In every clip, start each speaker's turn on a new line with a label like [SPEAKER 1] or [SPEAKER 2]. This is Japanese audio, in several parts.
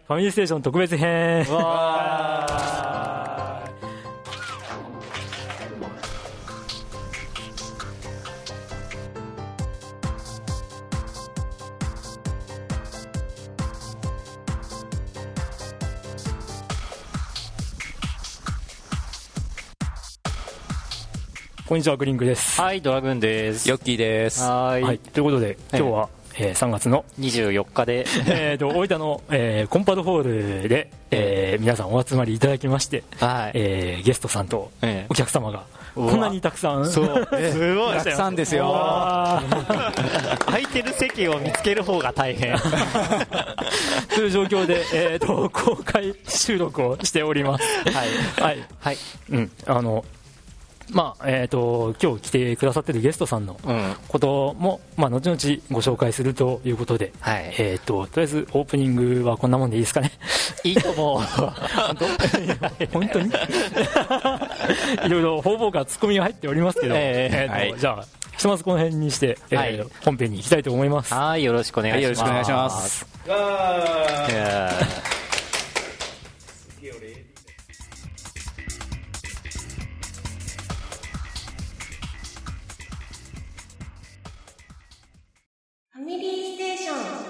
[SPEAKER 1] ファミリーステーション特別編。
[SPEAKER 2] わ
[SPEAKER 1] こんにちは、グリンクです。
[SPEAKER 2] はい、ドラグーンです。
[SPEAKER 3] ヨッキーです。
[SPEAKER 1] はい、ということで今日は、3月の
[SPEAKER 2] 24日で
[SPEAKER 1] 大分の、コンパドホールで、皆さんお集まりいただきまして、
[SPEAKER 2] はい、
[SPEAKER 1] ゲストさんとお客様がこんなにたくさん、
[SPEAKER 2] そうすごい
[SPEAKER 3] たくさんですよ。
[SPEAKER 2] 空いてる席を見つける方が大変
[SPEAKER 1] という状況で、公開収録をしております。はいはいはい、まあ今日来てくださってるゲストさんのことも、後々ご紹介するということで、
[SPEAKER 2] はい、
[SPEAKER 1] とりあえずオープニングはこんなもんでいいですかね。
[SPEAKER 2] いいと思う。
[SPEAKER 1] 本当にいろいろ方々からツッコミが入っておりますけど、じゃあひとまずこの辺にして、本編に行きたいと思います。
[SPEAKER 2] はい、よろしくお願いします。
[SPEAKER 3] よろしくお願いします。
[SPEAKER 4] ファミリーステーション。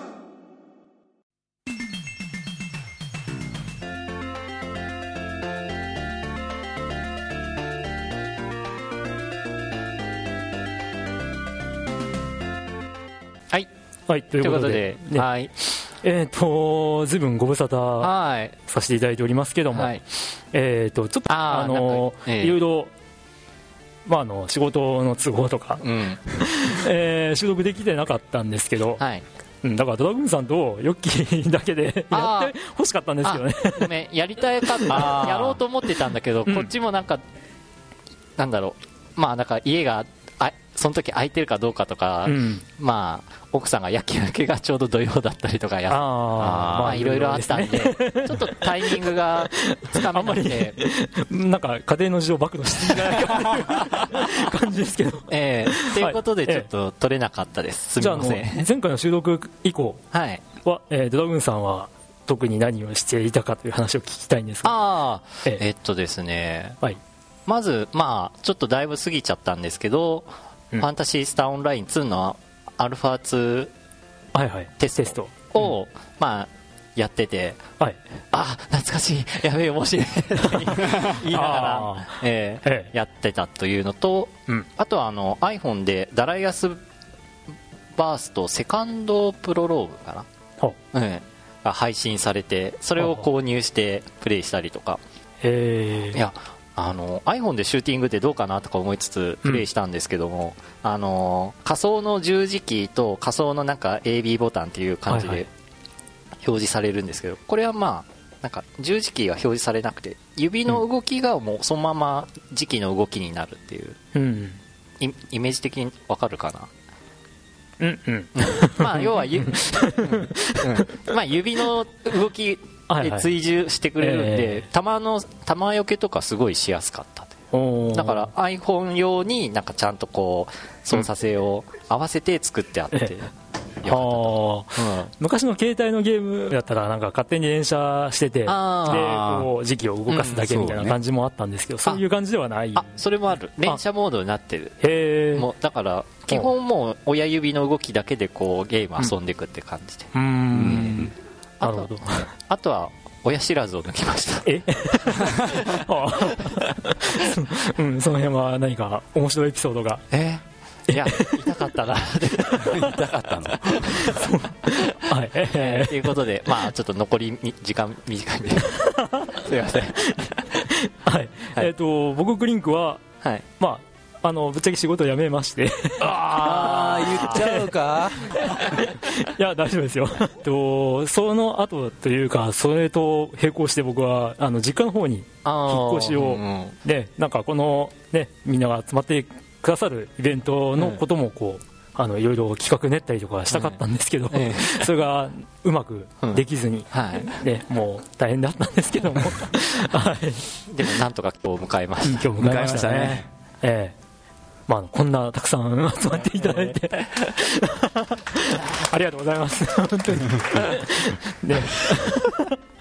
[SPEAKER 2] はい、
[SPEAKER 1] はい、ということで、ね、
[SPEAKER 2] はい、
[SPEAKER 1] ずいぶんご無沙汰させていただいておりますけども、ちょっといろいろ、仕事の都合とか、収録できてなかったんですけど、だからドラグーンさんとヨッキーだけでやってほしかったんですけどね。
[SPEAKER 2] ごめん、やりたかったやろうと思ってたんだけど、こっちもなんかなんだろう、なんか家がその時空いてるかどうかとか、奥さんが夜勤明けがちょうど土曜だったりとかいろいろあったんで、ちょっとタイミングがつかめなくて、
[SPEAKER 1] なんか家庭の事情暴露していただいたっていう感じですけど、
[SPEAKER 2] ということでちょっと撮れなかったです。すみません。
[SPEAKER 1] 前回の収録以降は、ドラグーンさんは特に何をしていたかという話を聞きたいんですが、
[SPEAKER 2] ですね、まずちょっとだいぶ過ぎちゃったんですけど、ファンタシースターオンライン2のアルファ2テストをやってて、懐かしい、やべえ面白いって言いながらやってたというのと、あとはiPhone でダライアスバーストセカンドプロローグかな、が配信されて、それを購入してプレイしたりとか、いやiPhone でシューティングってどうかなとか思いつつプレイしたんですけども、仮想の十字キーと仮想のなんか AB ボタンっていう感じで表示されるんですけど、これはなんか十字キーは表示されなくて、指の動きがもうそのまま磁気の動きになるっていう、イメージ的にわかるかな。要は指の動き追従してくれるんで、弾よけとかすごいしやすかっただから iPhone 用になんかちゃんとこう操作性を合わせて作ってあって、
[SPEAKER 1] 昔の携帯のゲームだったらなんか勝手に連射してて、でこう時期を動かすだけみたいな感じもあったんですけど、そういう感じではない。
[SPEAKER 2] それもある、連射モードになってる。もうだから基本もう親指の動きだけでこうゲーム遊んでいくって感じで、なるほど。あとは親知らずを抜きました。その辺は何か面白いエピソードが。 いや、痛かったな。
[SPEAKER 3] 痛かったの。
[SPEAKER 2] ということで、ちょっと残り時間短いんで。すいません。
[SPEAKER 1] 僕クリンクは、ぶっちゃけ仕事を辞めまして。
[SPEAKER 3] 言っちゃうか。
[SPEAKER 1] いや、大丈夫ですよ。その後というか、それと並行して僕は実家の方に引っ越しを、でなんかこのね、みんなが集まってくださるイベントのこともこういろいろ企画練ったりとかしたかったんですけど、それがうまくできずに、もう大変だったんですけども、
[SPEAKER 2] でもなんとか今日迎えました。
[SPEAKER 1] 今日迎えましたね。こんなたくさん集まっていただいてありがとうございます。本当にね。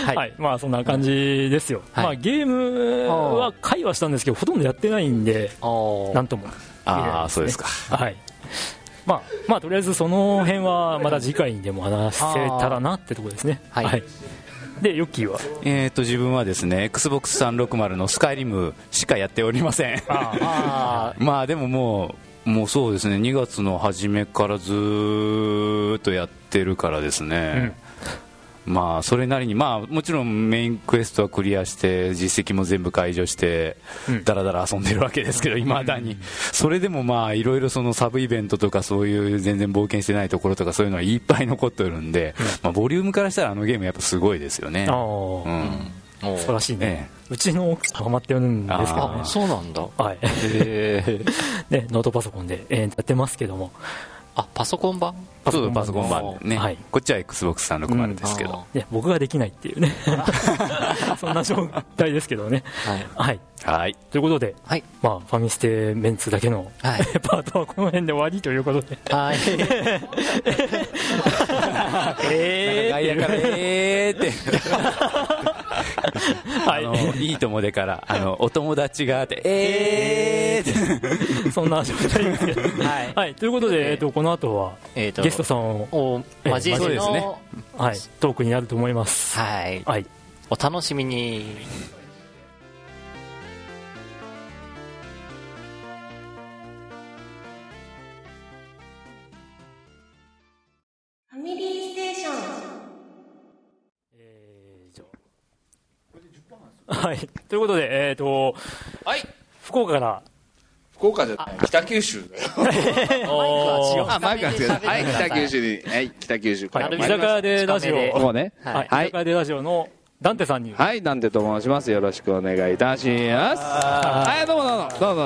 [SPEAKER 1] はい、まあそんな感じですよ、まあ、ゲームは会話したんですけどほとんどやってないんでなんとも言えないですね。
[SPEAKER 3] ああそうですか。
[SPEAKER 1] はい、まあとりあえずその辺はまた次回にでも話せたらなってところですね。はい、はい、でヨッキーは
[SPEAKER 3] 自分はですね Xbox360 のスカイリムしかやっておりません。まあでももうそうですね2月の初めからずーっとやってるからですね、まあそれなりにまあもちろんメインクエストはクリアして実績も全部解除してだらだら遊んでるわけですけど、いまだにそれでもまあいろいろそのサブイベントとかそういう全然冒険してないところとかそういうのはいっぱい残ってるんで、まあボリュームからしたらあのゲームやっぱすごいですよね。
[SPEAKER 1] 素晴らしいね、うちの奥さんハマってるんですけどね。
[SPEAKER 2] そうなんだ。
[SPEAKER 1] はいね、ノートパソコンで、やってますけども、
[SPEAKER 2] パソコン版
[SPEAKER 3] パソコン版ね、はい、こっちは Xbox360 ですけど、
[SPEAKER 1] 僕ができないっていうねそんな状態ですけどね。はい、はい、ということで、はい、まあ、ファミステメンツだけの、はい、パートはこの辺で終わりということで、はい
[SPEAKER 3] 外野からっていいともでからお友達がって
[SPEAKER 1] そんな状態ですけど、はい、ということで、この後は、ゲストさんを
[SPEAKER 2] 交えての、
[SPEAKER 1] はい、トークになると思います。
[SPEAKER 2] はい、はい、お楽しみに。
[SPEAKER 4] ファミリーステーション。
[SPEAKER 1] はい、ということで、
[SPEAKER 5] はい、
[SPEAKER 1] 福岡から
[SPEAKER 5] 福岡じゃない北九州だよマイクは違う。はい、北九州に、はい、北九州から、
[SPEAKER 1] 居酒屋でラジオ、
[SPEAKER 5] もうね、
[SPEAKER 1] はい、居酒屋でラジオのダンテさんに、
[SPEAKER 5] はい、ダンテと申します。よろしくお願いいたします。はい、どうも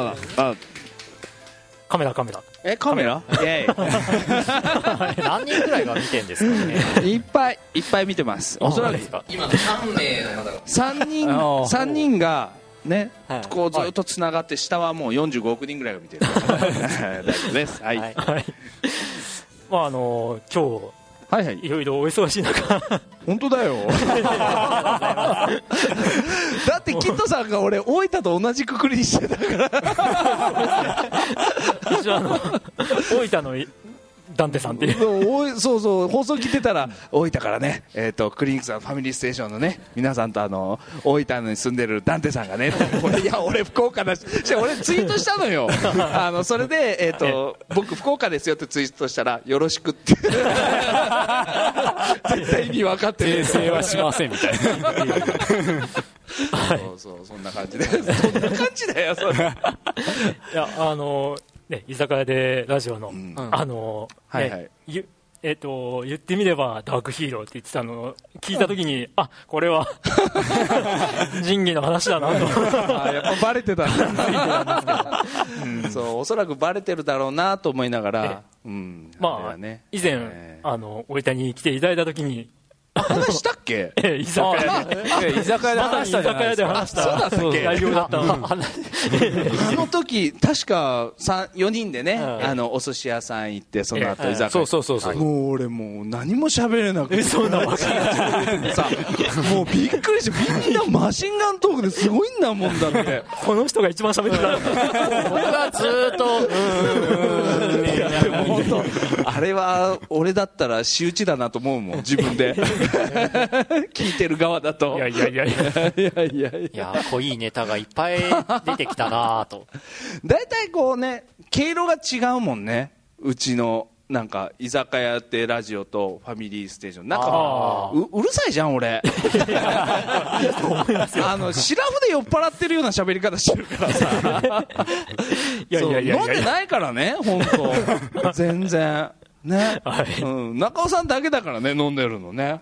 [SPEAKER 1] カメラ
[SPEAKER 5] カメライエ
[SPEAKER 2] ーイ何人くらいが見てんですかね。
[SPEAKER 5] いっぱい見てます。おそらく今3名の方が3人がね、こうずっとつながって、下はもう45億人ぐらいが見てる大丈夫です。はい、はい、
[SPEAKER 1] まあ今日はいはい、いろいろお忙しい中
[SPEAKER 5] 本当だよだってキッドさんが俺大分と同じくくりにしてたから
[SPEAKER 1] 一応大分のダンテさんっていう
[SPEAKER 5] そう放送聞いてたら大分からね、クリニックさんファミリーステーションのね皆さんと大分に住んでるダンテさんがねいや俺福岡だし俺ツイートしたのよそれで、僕福岡ですよってツイートしたらよろしくって絶対意味分かってる
[SPEAKER 3] 訂正はしませんみたいな
[SPEAKER 5] そうそんな感じでそんな感じだよそれい
[SPEAKER 1] やね、居酒屋でラジオの、はいはい、言ってみればダークヒーローって言ってたのを聞いたときに、これは仁義の話だなと
[SPEAKER 5] やっぱバレてたんだそうおそらくバレてるだろうなと思いながら、
[SPEAKER 1] まあ、ね、以前、大分に来ていただいたときに
[SPEAKER 5] 話したっけ
[SPEAKER 1] 居酒屋で話したじゃないですか。
[SPEAKER 5] そうだったっけ
[SPEAKER 1] 内容だった
[SPEAKER 5] あの時確か4人でねお寿司屋さん行ってその後居酒屋
[SPEAKER 3] そう
[SPEAKER 5] もう俺もう何も喋れなくて
[SPEAKER 1] そんなわけ
[SPEAKER 5] さもうびっくりしてみんなマシンガントークですごいんだもんだって
[SPEAKER 1] この人が一番喋ってた
[SPEAKER 2] 僕がずーっと
[SPEAKER 5] いやでも本当あれは俺だったら仕打ちだなと思うもん自分で聞いてる側だと
[SPEAKER 1] いや
[SPEAKER 2] 濃いネタがいっぱい出てきたなと
[SPEAKER 5] だいたいこうね毛色が違うもんねうちのなんか居酒屋ってラジオとファミリーステーションなんか うるさいじゃん俺シラフで酔っ払ってるような喋り方してるからさ飲んでないからね本当全然ね、中尾さんだけだからね飲んでるのね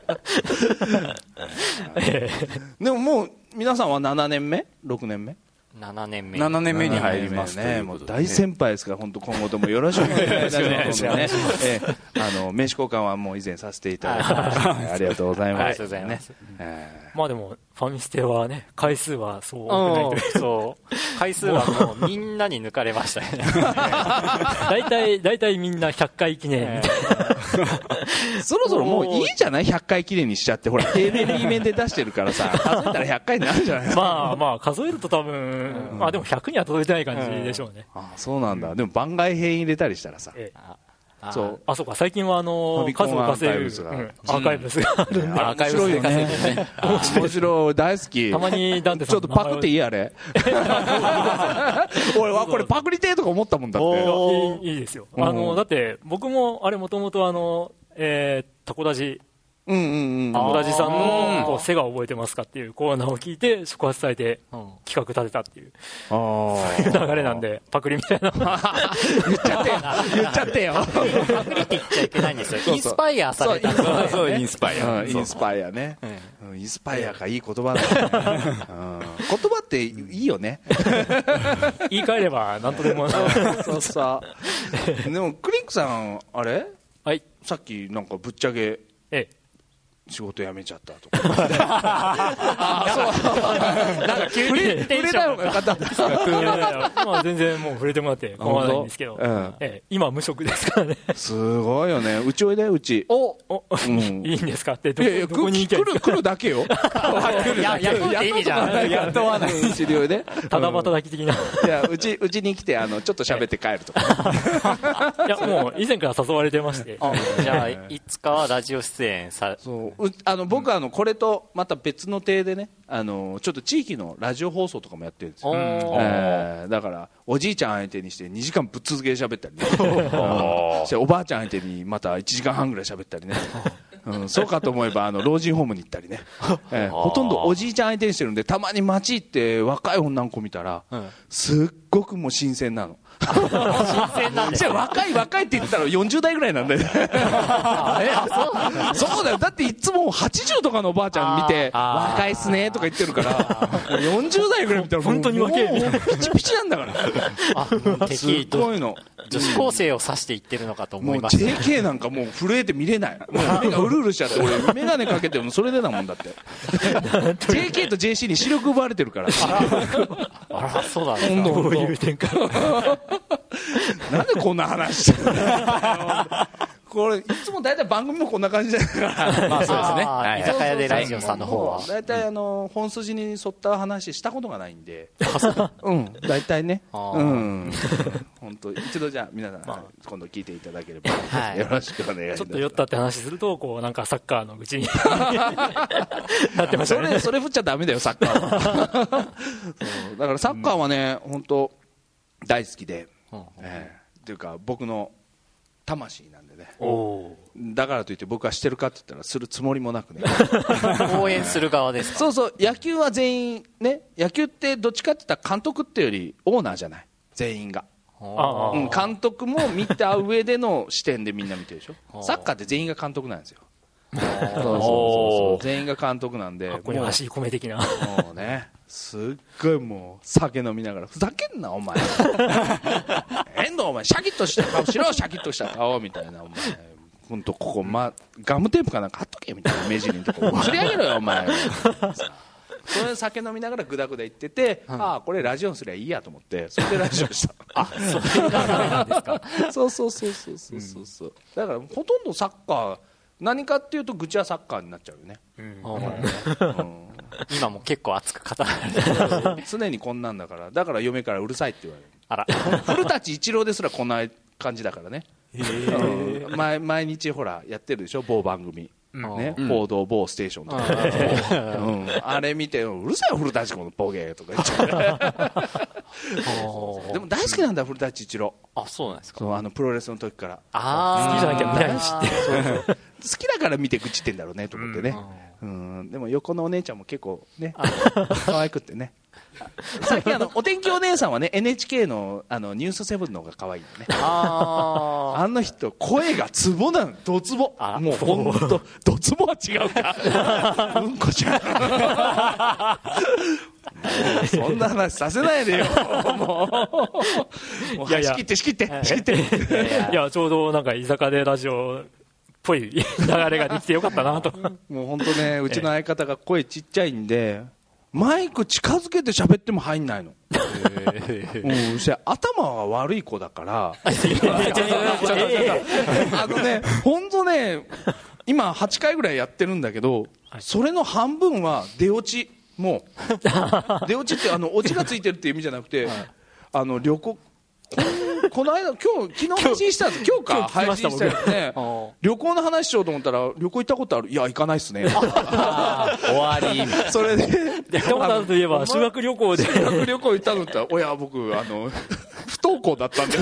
[SPEAKER 5] でももう皆さんは7年目6年目
[SPEAKER 2] 7年目
[SPEAKER 3] に入ります
[SPEAKER 5] ね。もう大先輩ですから、本当今後ともよろしくお願いいたしますね。名刺交換はもう以前させていただきました。ありがとうございます。
[SPEAKER 2] ありがとうございます。
[SPEAKER 1] まあでもファミステはね、回数はそう多くないという。
[SPEAKER 2] そう回数はもうみんなに抜かれましたね。
[SPEAKER 1] 大体みんな100回記念みたい
[SPEAKER 5] な。そろそろもういいじゃない？100回記念にしちゃって、ほら定年 B 面で出してるからさ、数えたら100回になるじゃないですか。
[SPEAKER 1] まあ数えると多分、まあでも100には届いてない感じでしょうね。
[SPEAKER 5] そうなんだ。でも番外編入れたりしたらさ。
[SPEAKER 1] そうか、最近は数を稼ぐアーカイブスがあるんで、
[SPEAKER 5] アーカイブスで稼いでね。面白い、大好き。
[SPEAKER 1] たまにダンテさん
[SPEAKER 5] ちょっとパクっていいあれ。俺はこれパクりてえとか思ったもんだって。
[SPEAKER 1] いいですよ。だって僕もあれもともとタコラジタコラジさんの背が覚えてますかっていうコーナーを聞いて触発されて企画立てたっていう流れなんで、パクリみたいな。
[SPEAKER 5] 言っちゃってよ。
[SPEAKER 2] パクリって言っちゃいけないんですよ。インスパイアされた。
[SPEAKER 3] そう、インスパイア。
[SPEAKER 5] インスパイアね。インスパイアがいい言葉だね。言葉っていいよね。
[SPEAKER 1] 言い換えれば何とでも。
[SPEAKER 5] そうそう。でもクリックさん、あれ？
[SPEAKER 1] はい。
[SPEAKER 5] さっきなんかぶっちゃけ仕事辞めちゃったとか。なんか急に触れたよ方ですか。
[SPEAKER 1] まあ全然もう触れてもらって構わないんですけど、今無職ですからね。
[SPEAKER 5] すごいよね。うちおいで、うち。
[SPEAKER 1] いいんですかって。どこに
[SPEAKER 5] 来るだけよ。
[SPEAKER 2] 雇うって意味じゃん。
[SPEAKER 5] 雇わない。うちでね。
[SPEAKER 1] ただ働き的な。
[SPEAKER 5] いや、うちに来てちょっと喋って帰るとか。
[SPEAKER 1] いや、もう以前から誘われてまして。
[SPEAKER 2] じゃあいつかはラジオ出演さ。
[SPEAKER 5] 僕はこれとまた別の体でね、ちょっと地域のラジオ放送とかもやってるんですよ。だからおじいちゃん相手にして2時間ぶっ続けで喋ったりね。おばあちゃん相手にまた1時間半ぐらい喋ったりね。そうかと思えば老人ホームに行ったりね。ほとんどおじいちゃん相手にしてるんで、たまに街行って若い女の子見たらすっごくもう新鮮なの。
[SPEAKER 2] 新鮮なんです。
[SPEAKER 5] 若いって言ったら40代ぐらいなんだよ。そうだよ。だっていつも80とかのおばあちゃん見て若いっすねとか言ってるから、40代ぐらい見たら
[SPEAKER 1] 本当に若い。
[SPEAKER 5] ピチピチなんだから。すごいの。
[SPEAKER 2] 女子高生を指して言ってるのかと思いました。
[SPEAKER 5] もう JK なんかもう震えて見れない。もう目がうるうるしちゃって、俺眼鏡かけてもそれでだもんだって。JK と JC に視力奪われてるから。
[SPEAKER 2] あら、そうなんですか。
[SPEAKER 1] どういう展開。
[SPEAKER 5] なんでこんな話してるの。これいつも大体番組もこんな感じだから。
[SPEAKER 2] まあそうですね。居酒屋でラジオさんの方は
[SPEAKER 5] 大体本筋に沿った話したことがないんで。大体ね。本当一度じゃあ皆さん今度聞いていただければよろしくお願いします。
[SPEAKER 1] ちょっと酔ったって話するとなんかサッカーの口になってましたね。
[SPEAKER 5] それ振っちゃダメだよサッカーは。だからサッカーはね本当大好きで、っていうか僕の魂なんでね。だからといって僕はしてるかって言ったらするつもりもなくね。
[SPEAKER 2] 応援する側ですか。
[SPEAKER 5] そう、野球は全員ね、野球ってどっちかって言ったら監督ってよりオーナーじゃない、全員が。監督も見た上での視点でみんな見てるでしょ。サッカーって全員が監督なんですよ。そう全員が監督なんで、
[SPEAKER 1] ここに足込め的な。
[SPEAKER 5] もうね、すっごいもう酒飲みながらふざけんなお前。遠藤お前シャキッとした顔しろ、シャキッとした顔みたいな、お前本当ここガムテープかなんか貼っとけみたいな、目尻のとこ釣り上げろよお前。それで酒飲みながらグダグダ言ってて、ああこれラジオにすりゃいいやと思って、それでラジオした。
[SPEAKER 2] そういう流れなんですか。
[SPEAKER 5] そうだからほとんどサッカー何かっていうと愚痴はサッカーになっちゃうよね。
[SPEAKER 2] 今も結構熱く語られて
[SPEAKER 5] 常にこんなんだから、だから嫁からうるさいって言われる。あら、古舘一郎ですらこんな感じだからね。毎日ほらやってるでしょ、某番組ね、報道某ステーションとか、あれ見てうるさいよ古舘このボケとか言っちゃう。でも大好きなんだ古舘一郎。
[SPEAKER 2] あ、そうなんですか。
[SPEAKER 5] プロレスの時から
[SPEAKER 1] 好きじゃなきゃ見ないしって。
[SPEAKER 5] 好きだから見て愚痴ってんだろうねと思ってね。でも横のお姉ちゃんも結構ね可愛くってね。最近お天気お姉さんはね NHK のニュース7の方が可愛いよね。あの人声がツボなの、ドツボ。もう本当ドツボは違うか。うんこちゃん。 そんな話させないでよもう仕切って
[SPEAKER 1] いやちょうどなんか居酒屋でラジオっぽい流れができてよかったなと
[SPEAKER 5] もう本当ね、うちの相方が声ちっちゃいんでマイク近づけて喋っても入んないの。頭が悪い子だから本当ね、今8回ぐらいやってるんだけど、それの半分は出落ち。もう出落ちってオチがついてるっていう意味じゃなくて、旅行この間昨日配信したんです今日か配信したよね旅行の話しようと思ったら旅行行ったことあるいや行かないっすね終
[SPEAKER 3] わり
[SPEAKER 5] それで
[SPEAKER 1] 行ったことあるといえば修学旅行で
[SPEAKER 5] 修学旅行行ったのっておや僕不登校だったんで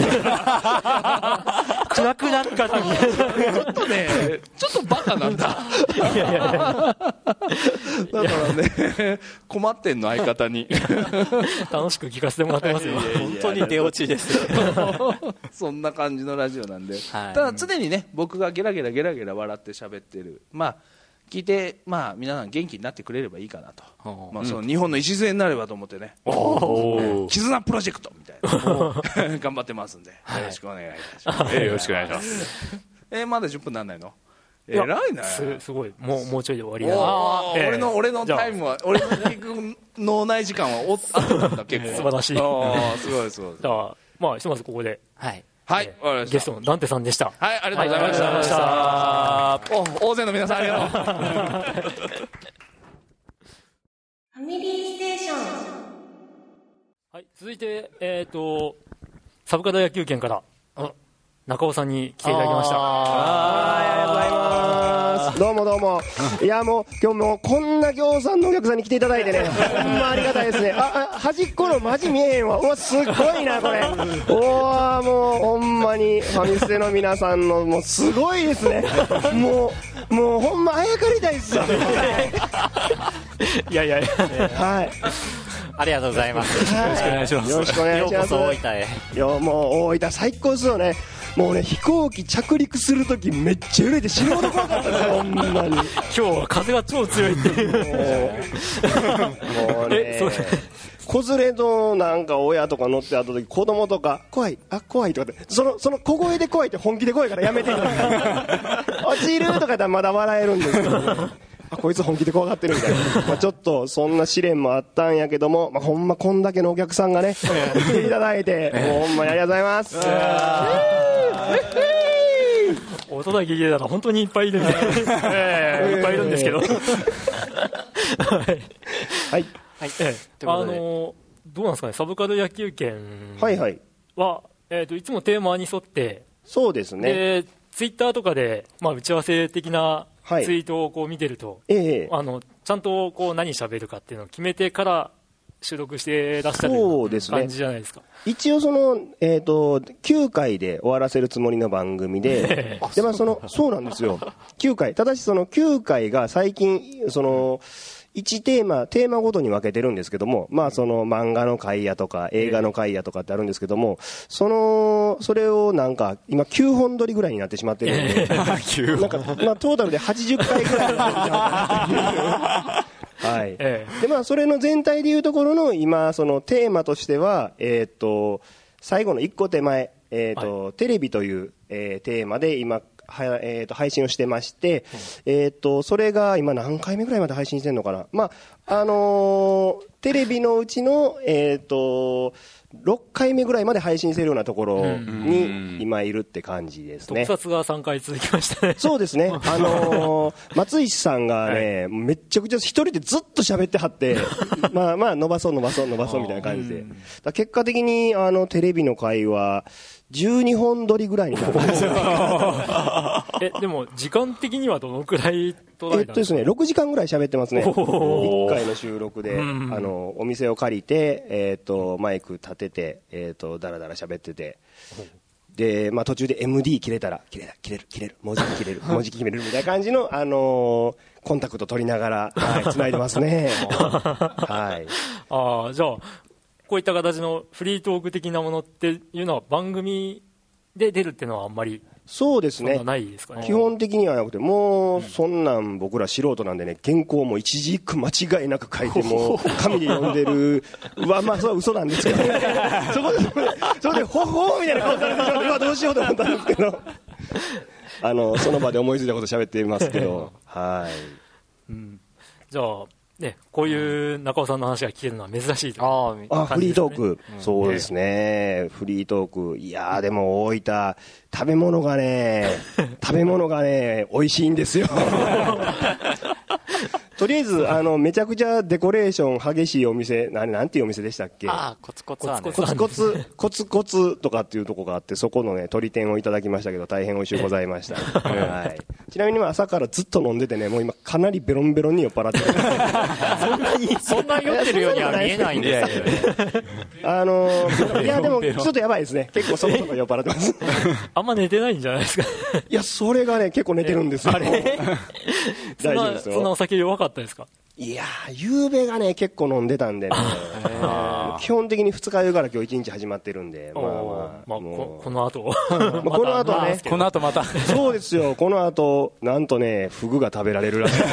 [SPEAKER 1] 暗くなるか
[SPEAKER 5] ちょっとねちょっとバカなんだだからね困ってんの相方に
[SPEAKER 1] 楽しく聞かせてもらってますよ
[SPEAKER 2] 本当に出落ちです
[SPEAKER 5] そんな感じのラジオなんで、ただ常にね僕がゲラゲラ笑って喋ってる、まあ聞いて、まあ皆さん元気になってくれればいいかなと、まあその日本の礎になればと思ってね、絆プロジェクトみたいな頑張ってますんでよろしくお願いいたします。
[SPEAKER 3] よろしくお願いします。
[SPEAKER 5] まだ10分なんないの？偉いね。
[SPEAKER 1] すごいもうちょいで終わりだ
[SPEAKER 5] な。俺のタイムは俺の聞く脳内時間はあとなんだ結構
[SPEAKER 1] 素晴らしい。
[SPEAKER 5] すごいすごい。
[SPEAKER 1] だからまあひとまずここで
[SPEAKER 5] はい
[SPEAKER 1] ゲストのダンテさんでした。
[SPEAKER 5] はい、ありがとうございました。大勢の皆さんありがとう。
[SPEAKER 4] ファミリーステーション。
[SPEAKER 1] はい、続いてサブカル野球拳から中尾さんに来ていただきました。
[SPEAKER 6] ありがとうございます。どうもいやもう今日もこんなぎょうさんのお客さんに来ていただいてねほんまありがたいですね。端っこのマジ見えへんわ。うわすっごいなこれ。おーもうほんまにファミステの皆さんのもうすごいですね。もうほんまあやかりたいっすわ。
[SPEAKER 1] いや
[SPEAKER 6] はい
[SPEAKER 2] ありがとうございます。よろしくお願いします。
[SPEAKER 6] よろしくお願いします。
[SPEAKER 2] ようこそ大分へ。
[SPEAKER 6] いやもう大分最高ですよね。もうね飛行機着陸するときめっちゃ揺れて死ぬほど怖かったですよほんまに。
[SPEAKER 1] 今日は風が超強いっていう
[SPEAKER 6] もうね子連れのなんか親とか乗ってあった時子供とか怖いとかってその小声で怖いって本気で怖いからやめて落ちるとか言ったらまだ笑えるんですけど、ね、こいつ本気で怖がってるみたいな、ちょっとそんな試練もあったんやけども、ほんまこんだけのお客さんがね来ていただいてもうほんまにありがとうございます。
[SPEAKER 1] 音だけ聞いてたら本当にいっぱいいるんでいっぱいいるんですけどはいどうなんですかね、サブカル野球拳は、いつもテーマに沿って
[SPEAKER 6] そうですね
[SPEAKER 1] でツイッターとかで、打ち合わせ的なツイートをこう見てると、ちゃんとこう何喋るかっていうのを決めてから収録してらっしゃる感じじゃないですか。
[SPEAKER 6] 一応その、9回で終わらせるつもりの番組でで、そうなんですよ9回。ただしその9回が最近その1テーマごとに分けてるんですけども、その漫画の回やとか映画の回やとかってあるんですけども、それをなんか今9本撮りぐらいになってしまってるんでなんかトータルで80回ぐらいになってしまってはい。でそれの全体でいうところの今そのテーマとしては最後の1個手前テレビというテーマで今配信をしてまして、それが今何回目ぐらいまで配信してるのかな。テレビのうちの6回目ぐらいまで配信してるようなところに今いるって感じですね。
[SPEAKER 1] 特撮が3回続きましたね。
[SPEAKER 6] そうですね。松石さんがね、めっちゃくちゃ一人でずっと喋ってはって伸ばそうみたいな感じで、結果的にテレビの回は12本撮りぐらいになるんですよ
[SPEAKER 1] でも時間的にはどのくらい撮られたんですか？
[SPEAKER 6] ですね、6時間ぐらい喋ってますね1回の収録で。お店を借りて、マイク立てて、だらだら喋ってて、で、途中で MD 切れたら切れるもうじき切れるみたいな感じの、コンタクト取りながら繋いでますねはい。
[SPEAKER 1] じゃあこういった形のフリートーク的なものっていうのは番組で出るっていうのはあんまり
[SPEAKER 6] そうですね。
[SPEAKER 1] ないですかね。
[SPEAKER 6] 基本的にはなくて、もうそんなん僕ら素人なんでね、原稿も一字一句間違いなく書いて、もう紙で読んでるは、まあそれは嘘なんですけど、ね、そこでほほーみたいな顔されてしまって、どうしようと思ったんですけど、その場で思いついたこと喋ってますけど、はい。
[SPEAKER 1] じゃあね、こういう中尾さんの話が聞けるのは珍しいという、
[SPEAKER 6] フリートーク、そうですね、フリートーク、いやー、でも大分、食べ物がね、美味しいんですよ。とりあえずめちゃくちゃデコレーション激しいお店、なんていうお店でしたっけ？
[SPEAKER 2] コツコツ
[SPEAKER 6] コツとかっていうとこがあって、そこのね鶏天をいただきましたけど、大変美味しゅうございました。はい。ちなみに朝からずっと飲んでてね、もう今かなりベロンベロンに酔っ払ってる。
[SPEAKER 2] そんな酔ってるようには見えないんですけど。
[SPEAKER 6] いやでもちょっとやばいですね。結構そこそこ酔っ払ってます。
[SPEAKER 1] あんま寝てないんじゃないですか。
[SPEAKER 6] いやそれがね結構寝てるんですよ。大丈夫ですよ。
[SPEAKER 1] そんなお酒弱かったですか？
[SPEAKER 6] いや夕べがね結構飲んでたんでね、基本的に2日酔いから今日1日始まってるんで、
[SPEAKER 1] この後
[SPEAKER 6] この後はね、
[SPEAKER 3] この後また
[SPEAKER 6] そうですよ、この後なんとねフグが食べられるらしい。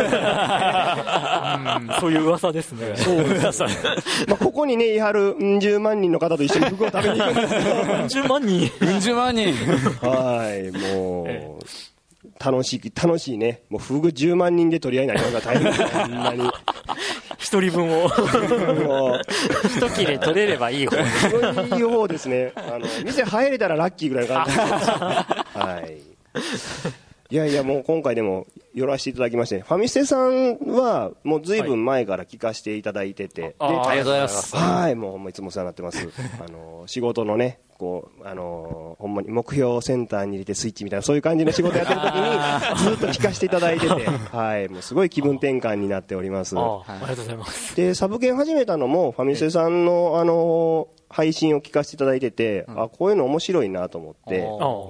[SPEAKER 1] そういう噂ですね。
[SPEAKER 6] そうですここにねいはる10万人の方と一緒にフグを食べに行くんですよ。
[SPEAKER 1] 10万人
[SPEAKER 3] 10万人
[SPEAKER 6] はい、もう楽しいね。もうフグ10万人で取り合いになりますから大変です。ほんまに
[SPEAKER 1] 一人分を
[SPEAKER 2] 一切れ取れればいい方
[SPEAKER 6] いい方ですね。店入れたらラッキーぐらいの感じです。はい。いやいや、もう今回でも寄らせていただきまして、ファミステさんはもうずいぶん前から聞かせていただいてて、
[SPEAKER 3] ありがとうございます。
[SPEAKER 6] はい、もういつもお世話になってます。仕事のね、こうほんまに目標センターに入れてスイッチみたいな、そういう感じの仕事やってる時にずっと聞かせていただいてて、はい、もうすごい気分転換になっております。
[SPEAKER 1] ありがとうございます。
[SPEAKER 6] でサブケン始めたのもファミステさんの配信を聞かせていただいてて、こういうの面白いなと思って、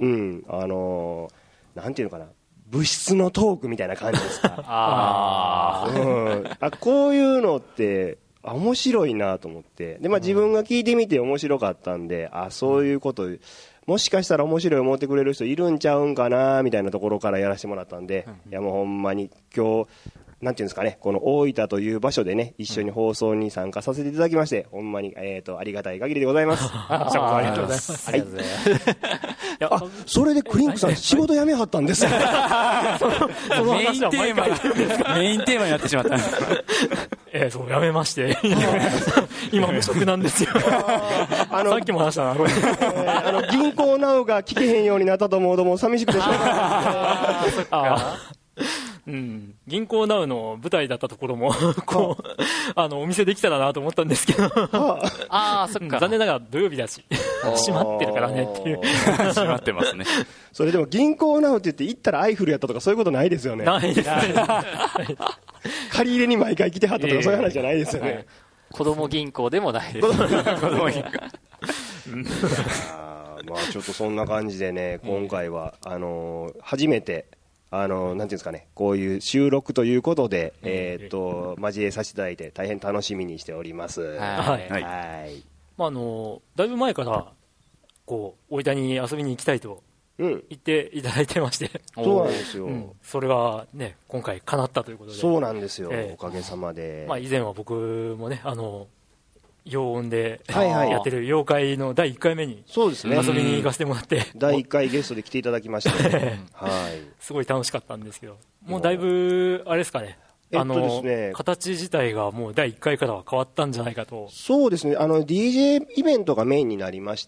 [SPEAKER 6] なんていうのかな、物質のトークみたいな感じですか。こういうのって面白いなと思って、で、自分が聞いてみて面白かったんで、そういうこともしかしたら面白い思ってくれる人いるんちゃうんかなみたいなところからやらせてもらったんで、いやもうほんまに今日なんていうんですかね、この大分という場所でね一緒に放送に参加させていただきまして、ほんまにありがたい限りでございます。
[SPEAKER 1] ありがとうございます。
[SPEAKER 6] はい。それでクリンクさん仕事辞めはったんです。
[SPEAKER 3] メインテーマになってしまった。
[SPEAKER 1] そう辞めまして今無職なんですよ。さっきも話したなこれ。
[SPEAKER 6] 銀行ナウが聞けへんようになったと思うともう寂しくてしょうがない。
[SPEAKER 1] 銀行ナウの舞台だったところもこうお店できたらなと思ったんですけど、そっか、残念ながら土曜日だし閉まってるからねっていう。
[SPEAKER 3] 閉まってますね。
[SPEAKER 6] それでも銀行ナウって言って行ったらアイフルやったとかそういうことないですよね。
[SPEAKER 1] ないですね。
[SPEAKER 6] 借り入れに毎回来てはったとかそういう話じゃないですよね。
[SPEAKER 2] 子供銀行でもないです。
[SPEAKER 6] ちょっとそんな感じでね、今回は初めてなんていうんですかね、こういう収録ということで交えさせていただいて大変楽しみにしております。はい。
[SPEAKER 1] だいぶ前からこう大分に遊びに行きたいと言っていただいてまして、
[SPEAKER 6] そうなんですよ。
[SPEAKER 1] それがね今回叶ったということで。そう
[SPEAKER 6] なんですよ。おかげさまで。
[SPEAKER 1] 以前は僕もね陽音でやってる妖怪の第1回目に遊びに行かせてもらって、
[SPEAKER 6] 第1回ゲストで来ていただきました。
[SPEAKER 1] すごい楽しかったんですけど、もうだいぶあれですかね、形自体がもう第1回からは変わったんじゃないかと。
[SPEAKER 6] そうですね、DJ イベントがメインになりまして、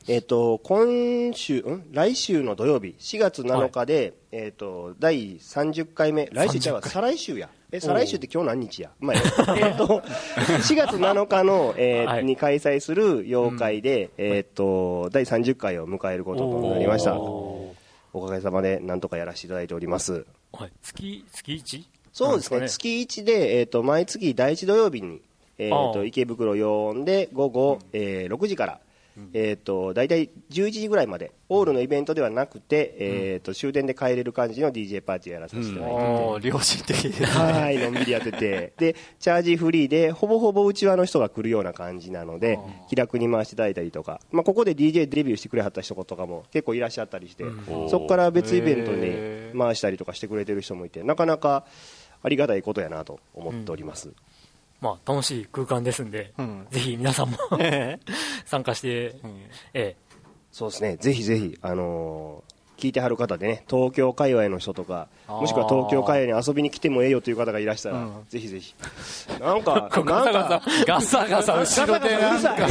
[SPEAKER 6] 来週の土曜日4月7日で、第30回目、来週じゃあ再来週や、再来週って今日何日や、4月7日の、に開催する妖怪で、第30回を迎えることとなりました。おかげさまでなんとかやらせていただいております。
[SPEAKER 1] 月 1？
[SPEAKER 6] そうですね、月1で、毎月第1土曜日に、池袋4で午後、6時から大体11時ぐらいまでオールのイベントではなくて、終電で帰れる感じの DJ パーティーやらさせてもらってて、
[SPEAKER 2] 良心的ですね。
[SPEAKER 6] はい、のんびりやってて、でチャージフリーでほぼほぼうちわの人が来るような感じなので、気楽に回していただいたりとか、ここで DJ デビューしてくれはった人とかも結構いらっしゃったりして、そこから別イベントに回したりとかしてくれてる人もいて、なかなかありがたいことやなと思っております。
[SPEAKER 1] 楽しい空間ですんで、ぜひ皆さんも参加して、
[SPEAKER 6] そうですね、ぜひぜひ、聞いてはる方でね、東京界隈の人とか、もしくは東京界隈に遊びに来てもええよという方がいらしたら、ぜひぜひ。なんか
[SPEAKER 3] ガサガサ後ろでなんか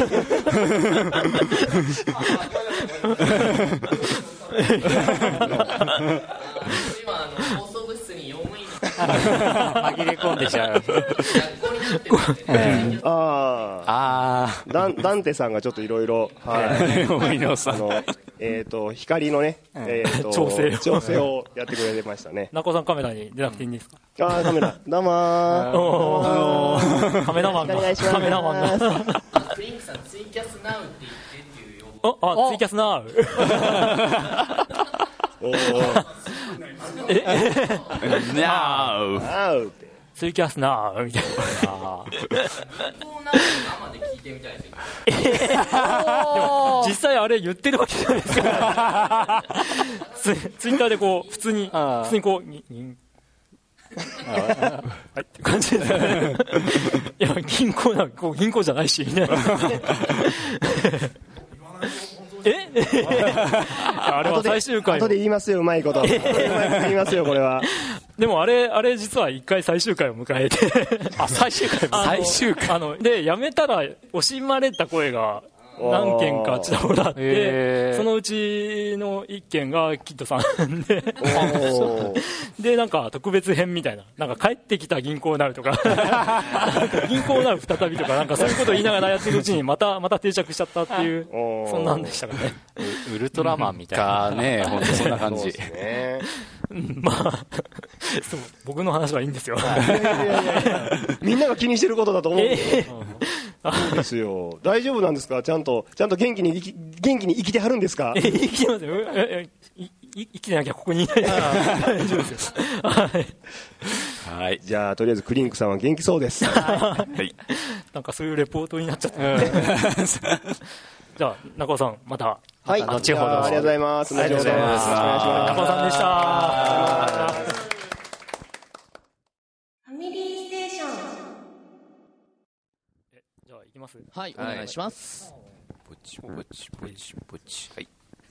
[SPEAKER 7] 今放送部室に用務員
[SPEAKER 2] 紛れ込んでちゃう。
[SPEAKER 7] 学校になってるんで、
[SPEAKER 6] ダンテさんがちょっといろいろ光のね、
[SPEAKER 1] 調整
[SPEAKER 6] をやってくれてましたね。
[SPEAKER 1] 中尾さんカメラに出なくていいんですか？
[SPEAKER 6] カメラどうも
[SPEAKER 1] カメラマンが
[SPEAKER 7] クリンクさんツイキャスナウって言ってっていうよ。
[SPEAKER 1] ツイキャスナウツイキャスナウみたいな。
[SPEAKER 7] 生で聞いてみたいですよ。
[SPEAKER 1] 実際あれ言ってるわけじゃないですか。ツイッターでこう普通にこうはいって感じですね。いや銀行じゃないしみたいな。あれは最終回。
[SPEAKER 6] 後で言いますよ、うまいこと。うまいこと言いますよ、これは。
[SPEAKER 1] でもあれ実は一回最終回を迎えて。最終回で、やめたら惜しまれた声が何件かちらほらあって、そのうちの1件がキッドさんで、で、なんか特別編みたいな、なんか帰ってきた銀行なるとか、銀行なる再びとか、なんかそういうことを言いながらやってるうちにまた定着しちゃったっていう、そんなんでしたかね。
[SPEAKER 2] ウルトラマンみたいな。
[SPEAKER 3] ね、本当そんな感じ。
[SPEAKER 1] そう僕の話はいいんですよ。
[SPEAKER 6] みんなが気にしてることだと思うんですよ。大丈夫なんですか？ちゃんと元気に生きてはるんですか？
[SPEAKER 1] 生きてますよ。生きてなきゃここにいないから大丈夫ですよ。
[SPEAKER 6] はい。じゃあとりあえずクリンクさんは元気そうです。
[SPEAKER 1] はい。なんかそういうレポートになっちゃった。じゃあ中尾さんまた
[SPEAKER 6] 後ほど。ありがとうございます。
[SPEAKER 1] ありがとうございます。中尾さんでした。
[SPEAKER 4] ファミリーステーション。
[SPEAKER 1] じゃあ行きます。
[SPEAKER 7] はい、お願いします。
[SPEAKER 3] ポチポチポチポチ。はい。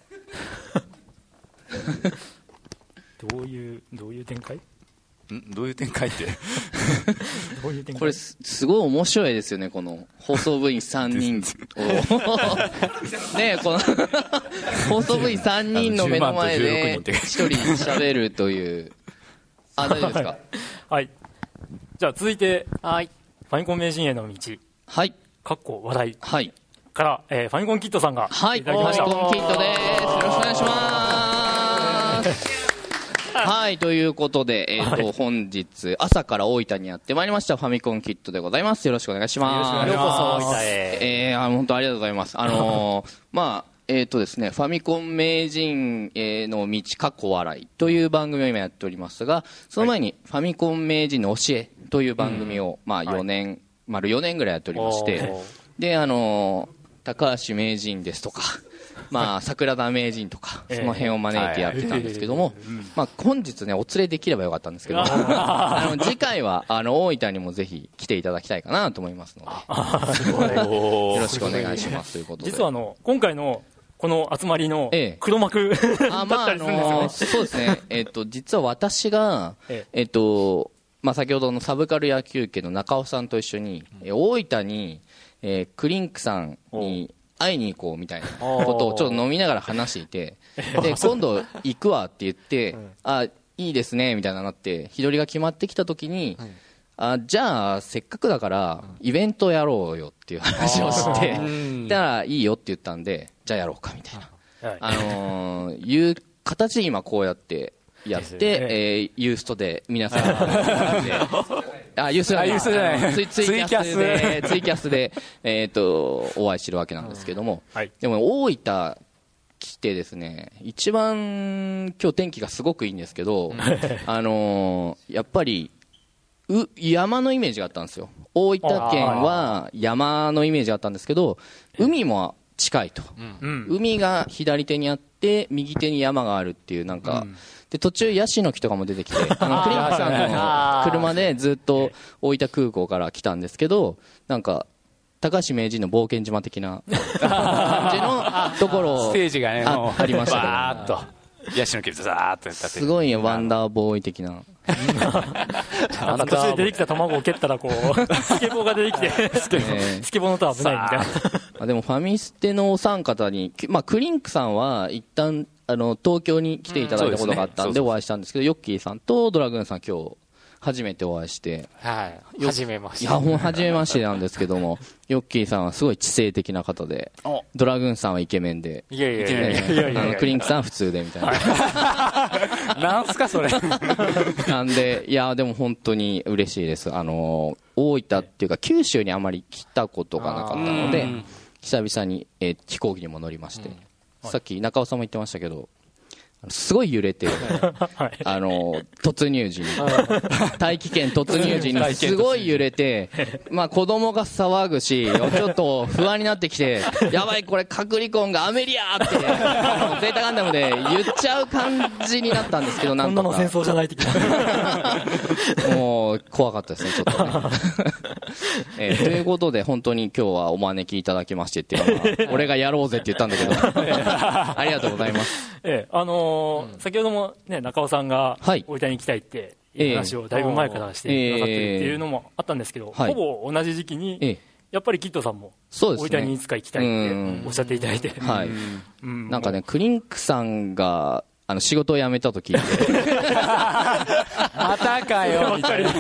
[SPEAKER 1] どういう展開？
[SPEAKER 3] どういう展開って
[SPEAKER 1] どういう展開？
[SPEAKER 7] これすごい面白いですよね、この放送部員3人をね、この放送部員3人の目の前で1人喋るという大丈夫ですか？
[SPEAKER 1] はい。じゃあ続いて、ファミコン名人への道、
[SPEAKER 7] はい
[SPEAKER 1] かっこ話題
[SPEAKER 7] はい
[SPEAKER 1] から、ファミコンキットさんが
[SPEAKER 7] はい
[SPEAKER 1] いただきました。
[SPEAKER 7] ファミコンキットです。よろしくお願いします。はい、ということで、本日朝から大分にやってまいりましたファミコンキットでございます。よろしくお願いします。
[SPEAKER 1] ようこそ大分
[SPEAKER 7] へ。本当ありがとうございます。ですね、ファミコン名人への道かっこ笑いという番組を今やっておりますが、その前にファミコン名人の教えという番組を、丸4年ぐらいやっておりまして、で、高橋名人ですとか、桜田名人とか、その辺を招いてやってたんですけども、本日ね、お連れできればよかったんですけど、次回は、大分にもぜひ来ていただきたいかなと思いますので、よろしくお願いしますということで。
[SPEAKER 1] 実は今回のこの集まりの黒幕だったりするんですよね。
[SPEAKER 7] そうですね。実は私が、先ほどのサブカル野球家の中尾さんと一緒に、大分に、クリンクさんに会いに行こうみたいなことをちょっと飲みながら話していて、で、今度行くわって言って、いいですねみたいななって、日取りが決まってきた時に、じゃあせっかくだからイベントやろうよっていう話をしてだからいいよって言ったんで、じゃあやろうかみたいな、いう形で今こうやってやって、ユーストで皆さんでユーストランド
[SPEAKER 3] ユーストじゃない
[SPEAKER 7] ツイキャスでお会いしてるわけなんですけども、でも大分来てですね、一番今日天気がすごくいいんですけどやっぱり山のイメージがあったんですよ。大分県は山のイメージがあったんですけど、海も近いと、海が左手にあって右手に山があるっていう、なんか、で途中ヤシの木とかも出てきて、クリンクさんの車でずっと大分空港から来たんですけど、なんか高橋名人の冒険島的な感じのところ
[SPEAKER 3] ステージがねもう
[SPEAKER 7] ありましたけど、
[SPEAKER 3] バーッとヤシの木でザーッとやったって
[SPEAKER 7] すごいワンダーボーイ的な
[SPEAKER 1] なんか途中で出てきた卵を蹴ったらこうスケボーが出てきてスケボーのと危ないみたいな。
[SPEAKER 7] でもファミステのお三方に、クリンクさんは一旦東京に来ていただいたことがあったんでお会いしたんですけど、ヨッキーさんとドラグーンさん今日初めてお会いして、
[SPEAKER 2] 初めまして。
[SPEAKER 7] いや、初めましてなんですけども、ヨッキーさんはすごい知性的な方で、ドラグーンさんはイケメンで、
[SPEAKER 2] いや
[SPEAKER 7] クリンクさんは普通でみたいな。
[SPEAKER 3] なんすかそれ。
[SPEAKER 7] なんで、いや、でも本当に嬉しいです。大分っていうか九州にあまり来たことがなかったので、久々に、飛行機にも乗りまして、さっき中尾さんも言ってましたけど、すごい揺れて、突入時に、大気圏突入時にすごい揺れて、子供が騒ぐし、ちょっと不安になってきて、やばいこれカクリコンがアメリアーって、ゼータガンダムで言っちゃう感じになったんですけど、なんとか。
[SPEAKER 1] こんなの戦争じゃない的
[SPEAKER 7] な。もう、怖かったですね、ちょっとね。ということで、本当に今日はお招きいただきましてっていうのは、俺がやろうぜって言ったんだけど、ありがとうございます。
[SPEAKER 1] 先ほどもね、中尾さんが大分に行きたいっていう話をだいぶ前からしてくださってるっていうのもあったんですけど、ほぼ同じ時期にやっぱりキッドさんも大分にいつか行きたいっておっしゃっていただいて、
[SPEAKER 7] なんかね、クリンクさんが仕事を辞めたと聞いて
[SPEAKER 3] またかよみたいな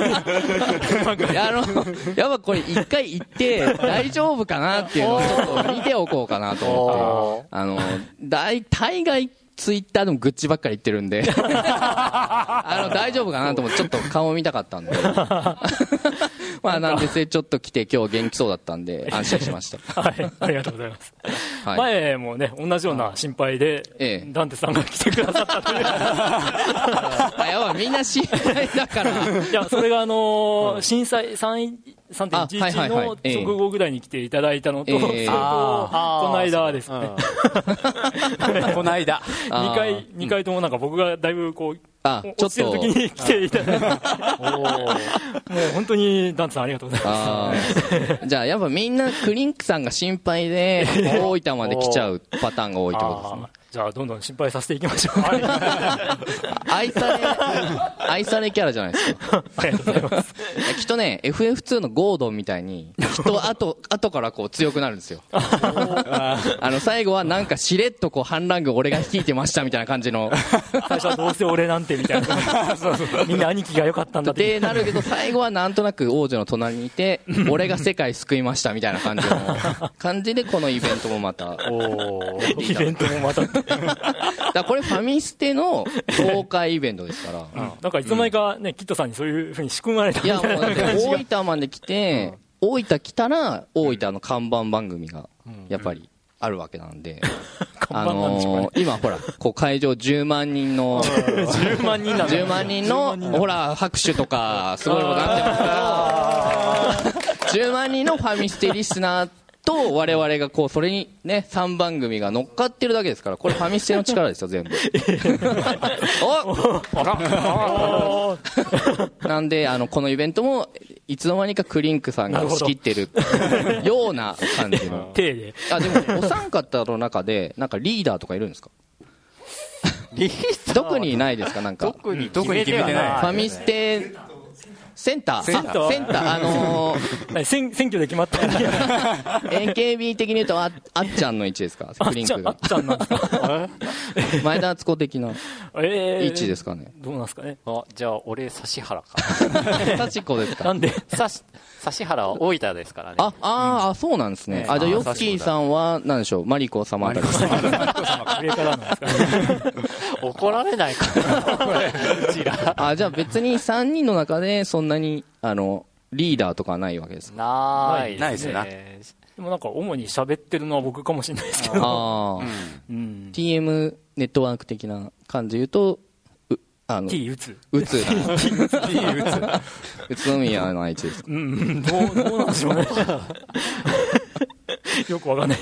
[SPEAKER 7] やっぱこれ一回行って大丈夫かなっていうのをちょっと見ておこうかなと思って大概ツイッターでもグッチばっかり言ってるんで大丈夫かなと思ってちょっと顔を見たかったんでなんでちょっと来て今日元気そうだったんで安心しました
[SPEAKER 1] はいありがとうございます、前もね同じような心配で、ダンテさんが来てくださったという
[SPEAKER 7] やばいみんな心配だから
[SPEAKER 1] いやそれが震災3.11 の直後ぐらいに来ていただいたのと、この間ですね
[SPEAKER 3] この間
[SPEAKER 1] 2回ともなんか僕がだいぶこう落ちてる時に来ていただいてもう本当にダンテさんありがとうございます
[SPEAKER 7] じゃあやっぱみんなクリンクさんが心配で大分まで来ちゃうパターンが多いってことですね。
[SPEAKER 1] じゃあどんどん心配させていきましょう
[SPEAKER 7] 愛されキャラじゃないですか
[SPEAKER 1] ありがとうございます
[SPEAKER 7] きっとね FF2 のゴードンみたいにきっと後からこう強くなるんですよ最後はなんかしれっとこう反乱軍俺が率いてましたみたいな感じの
[SPEAKER 1] 最初はどうせ俺なんてみたいなみんな兄貴が良かったんだって
[SPEAKER 7] なるけど最後はなんとなく王女の隣にいて俺が世界救いましたみたいな感じでこのイベントもまた
[SPEAKER 1] イベントもまた
[SPEAKER 7] だこれファミステの公開イベントですから、
[SPEAKER 1] なんかいつの間にかね、キッドさんにそういう風に仕組まれたみたいな。
[SPEAKER 7] いやもうだって大分まで来て、大分来たら大分の看板番組がやっぱりあるわけなんで、今ほらこう会場10万人の
[SPEAKER 1] 10万人
[SPEAKER 7] のほら拍手とかすごいことになってますけど10万人のファミステリスナーと我々がこうそれにね3番組が乗っかってるだけですから、これファミステの力ですよ全部なんでこのイベントもいつの間にかクリンクさんが仕切ってるような感じの
[SPEAKER 1] 手で
[SPEAKER 7] でもお三方の中でなんかリーダーとかいるんですか特にないですか。なんか
[SPEAKER 3] 特に決めてない。
[SPEAKER 7] ファミステセンター選
[SPEAKER 1] 挙で決まった
[SPEAKER 7] AKB 的に言うとあっちゃんの位置ですか。クリンクが
[SPEAKER 1] あっちゃんなんですか
[SPEAKER 7] 前田敦子的な位置ですかね。
[SPEAKER 1] どうなんですかね。
[SPEAKER 2] じゃあ俺指原か
[SPEAKER 7] 幸子ですか。
[SPEAKER 1] なんで
[SPEAKER 2] 指原は大分ですからね。
[SPEAKER 7] そうなんですね。じゃあヨッキーさんは何でしょう、マリコ様あたりですか。
[SPEAKER 1] マリコ様上からなんですかね
[SPEAKER 2] 怒られないかなうちら
[SPEAKER 7] じゃあ別に3人の中でそんななにリーダーとかはないわけですか？
[SPEAKER 2] ない
[SPEAKER 3] ですよ
[SPEAKER 1] ね。でもなんか主に喋ってるのは僕かもしれないですけど、
[SPEAKER 7] TM ネットワーク的な感じで言うと
[SPEAKER 1] T 打つ
[SPEAKER 7] 宇都宮の愛知ですか？
[SPEAKER 1] どうなんでしょうねよくわかんない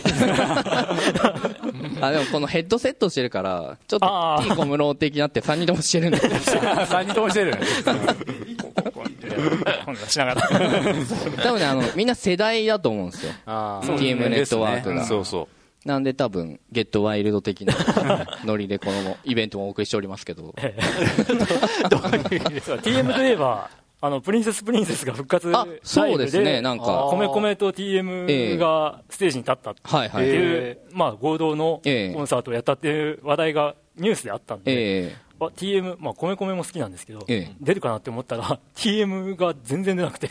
[SPEAKER 7] でもこのヘッドセットしてるからちょっと T 小室的になって3人ともしてるんです
[SPEAKER 3] 3人ともしてる
[SPEAKER 1] 今度はしながら
[SPEAKER 7] 多分ねみんな世代だと思うんですよ TM ネットワークが、
[SPEAKER 3] そうそう
[SPEAKER 7] なんで多分ゲットワイルド的なノリでこのイベントもお送りしておりますけど
[SPEAKER 1] TM といえばプリンセスが復活ライブで、
[SPEAKER 7] そうですね、なんか
[SPEAKER 1] 米米と TM がステージに立ったっていう、合同のコンサートをやったっていう話題がニュースであったんで、TM、米米も好きなんですけど、出るかなって思ったら TM が全然出なくて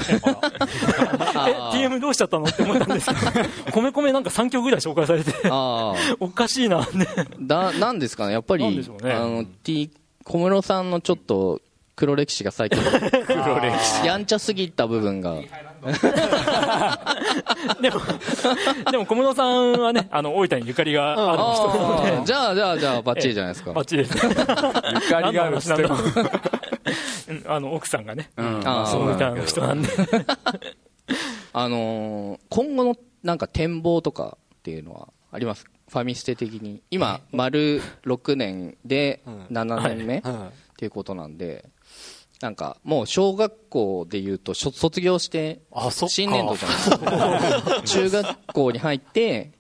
[SPEAKER 1] TM どうしちゃったのって思ったんですけど米米なんか3曲ぐらい紹介されておかしいな
[SPEAKER 7] なんですかね、やっぱり小室さんのちょっと黒歴史が最近やんちゃすぎた部分が
[SPEAKER 1] でも小室さんはね大分にゆかりがある人なので
[SPEAKER 7] じゃあバッチリじゃないですか。
[SPEAKER 1] バッチリですゆ
[SPEAKER 3] かりがある人
[SPEAKER 1] 奥さんがねそうみたいな人なんで
[SPEAKER 7] 今後のなんか展望とかっていうのはあります？ファミステ的に今丸6年で7年目っていうことなんで、なんかもう小学校でいうと卒業して新年度じゃないですか中学校に入って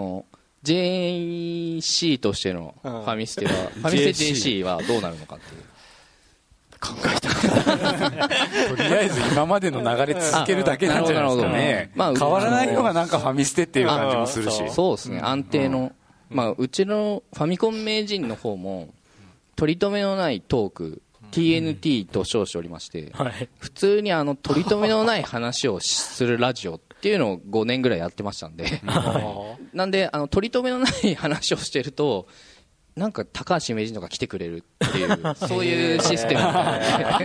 [SPEAKER 7] JC としてのファミステはファミステ JC はどうなるのかっていう
[SPEAKER 3] 考えたとりあえず今までの流れ続けるだけなんじゃないですかね。変わらないのがなんかファミステっていう感じもするし、
[SPEAKER 7] そうですね、安定の、うちのファミコン名人の方も取り留めのないトークTNT と称しておりまして、普通に取り留めのない話をするラジオっていうのを5年ぐらいやってましたんでなんで取り留めのない話をしてるとなんか高橋名人とか来てくれるっていうそういうシステムみたい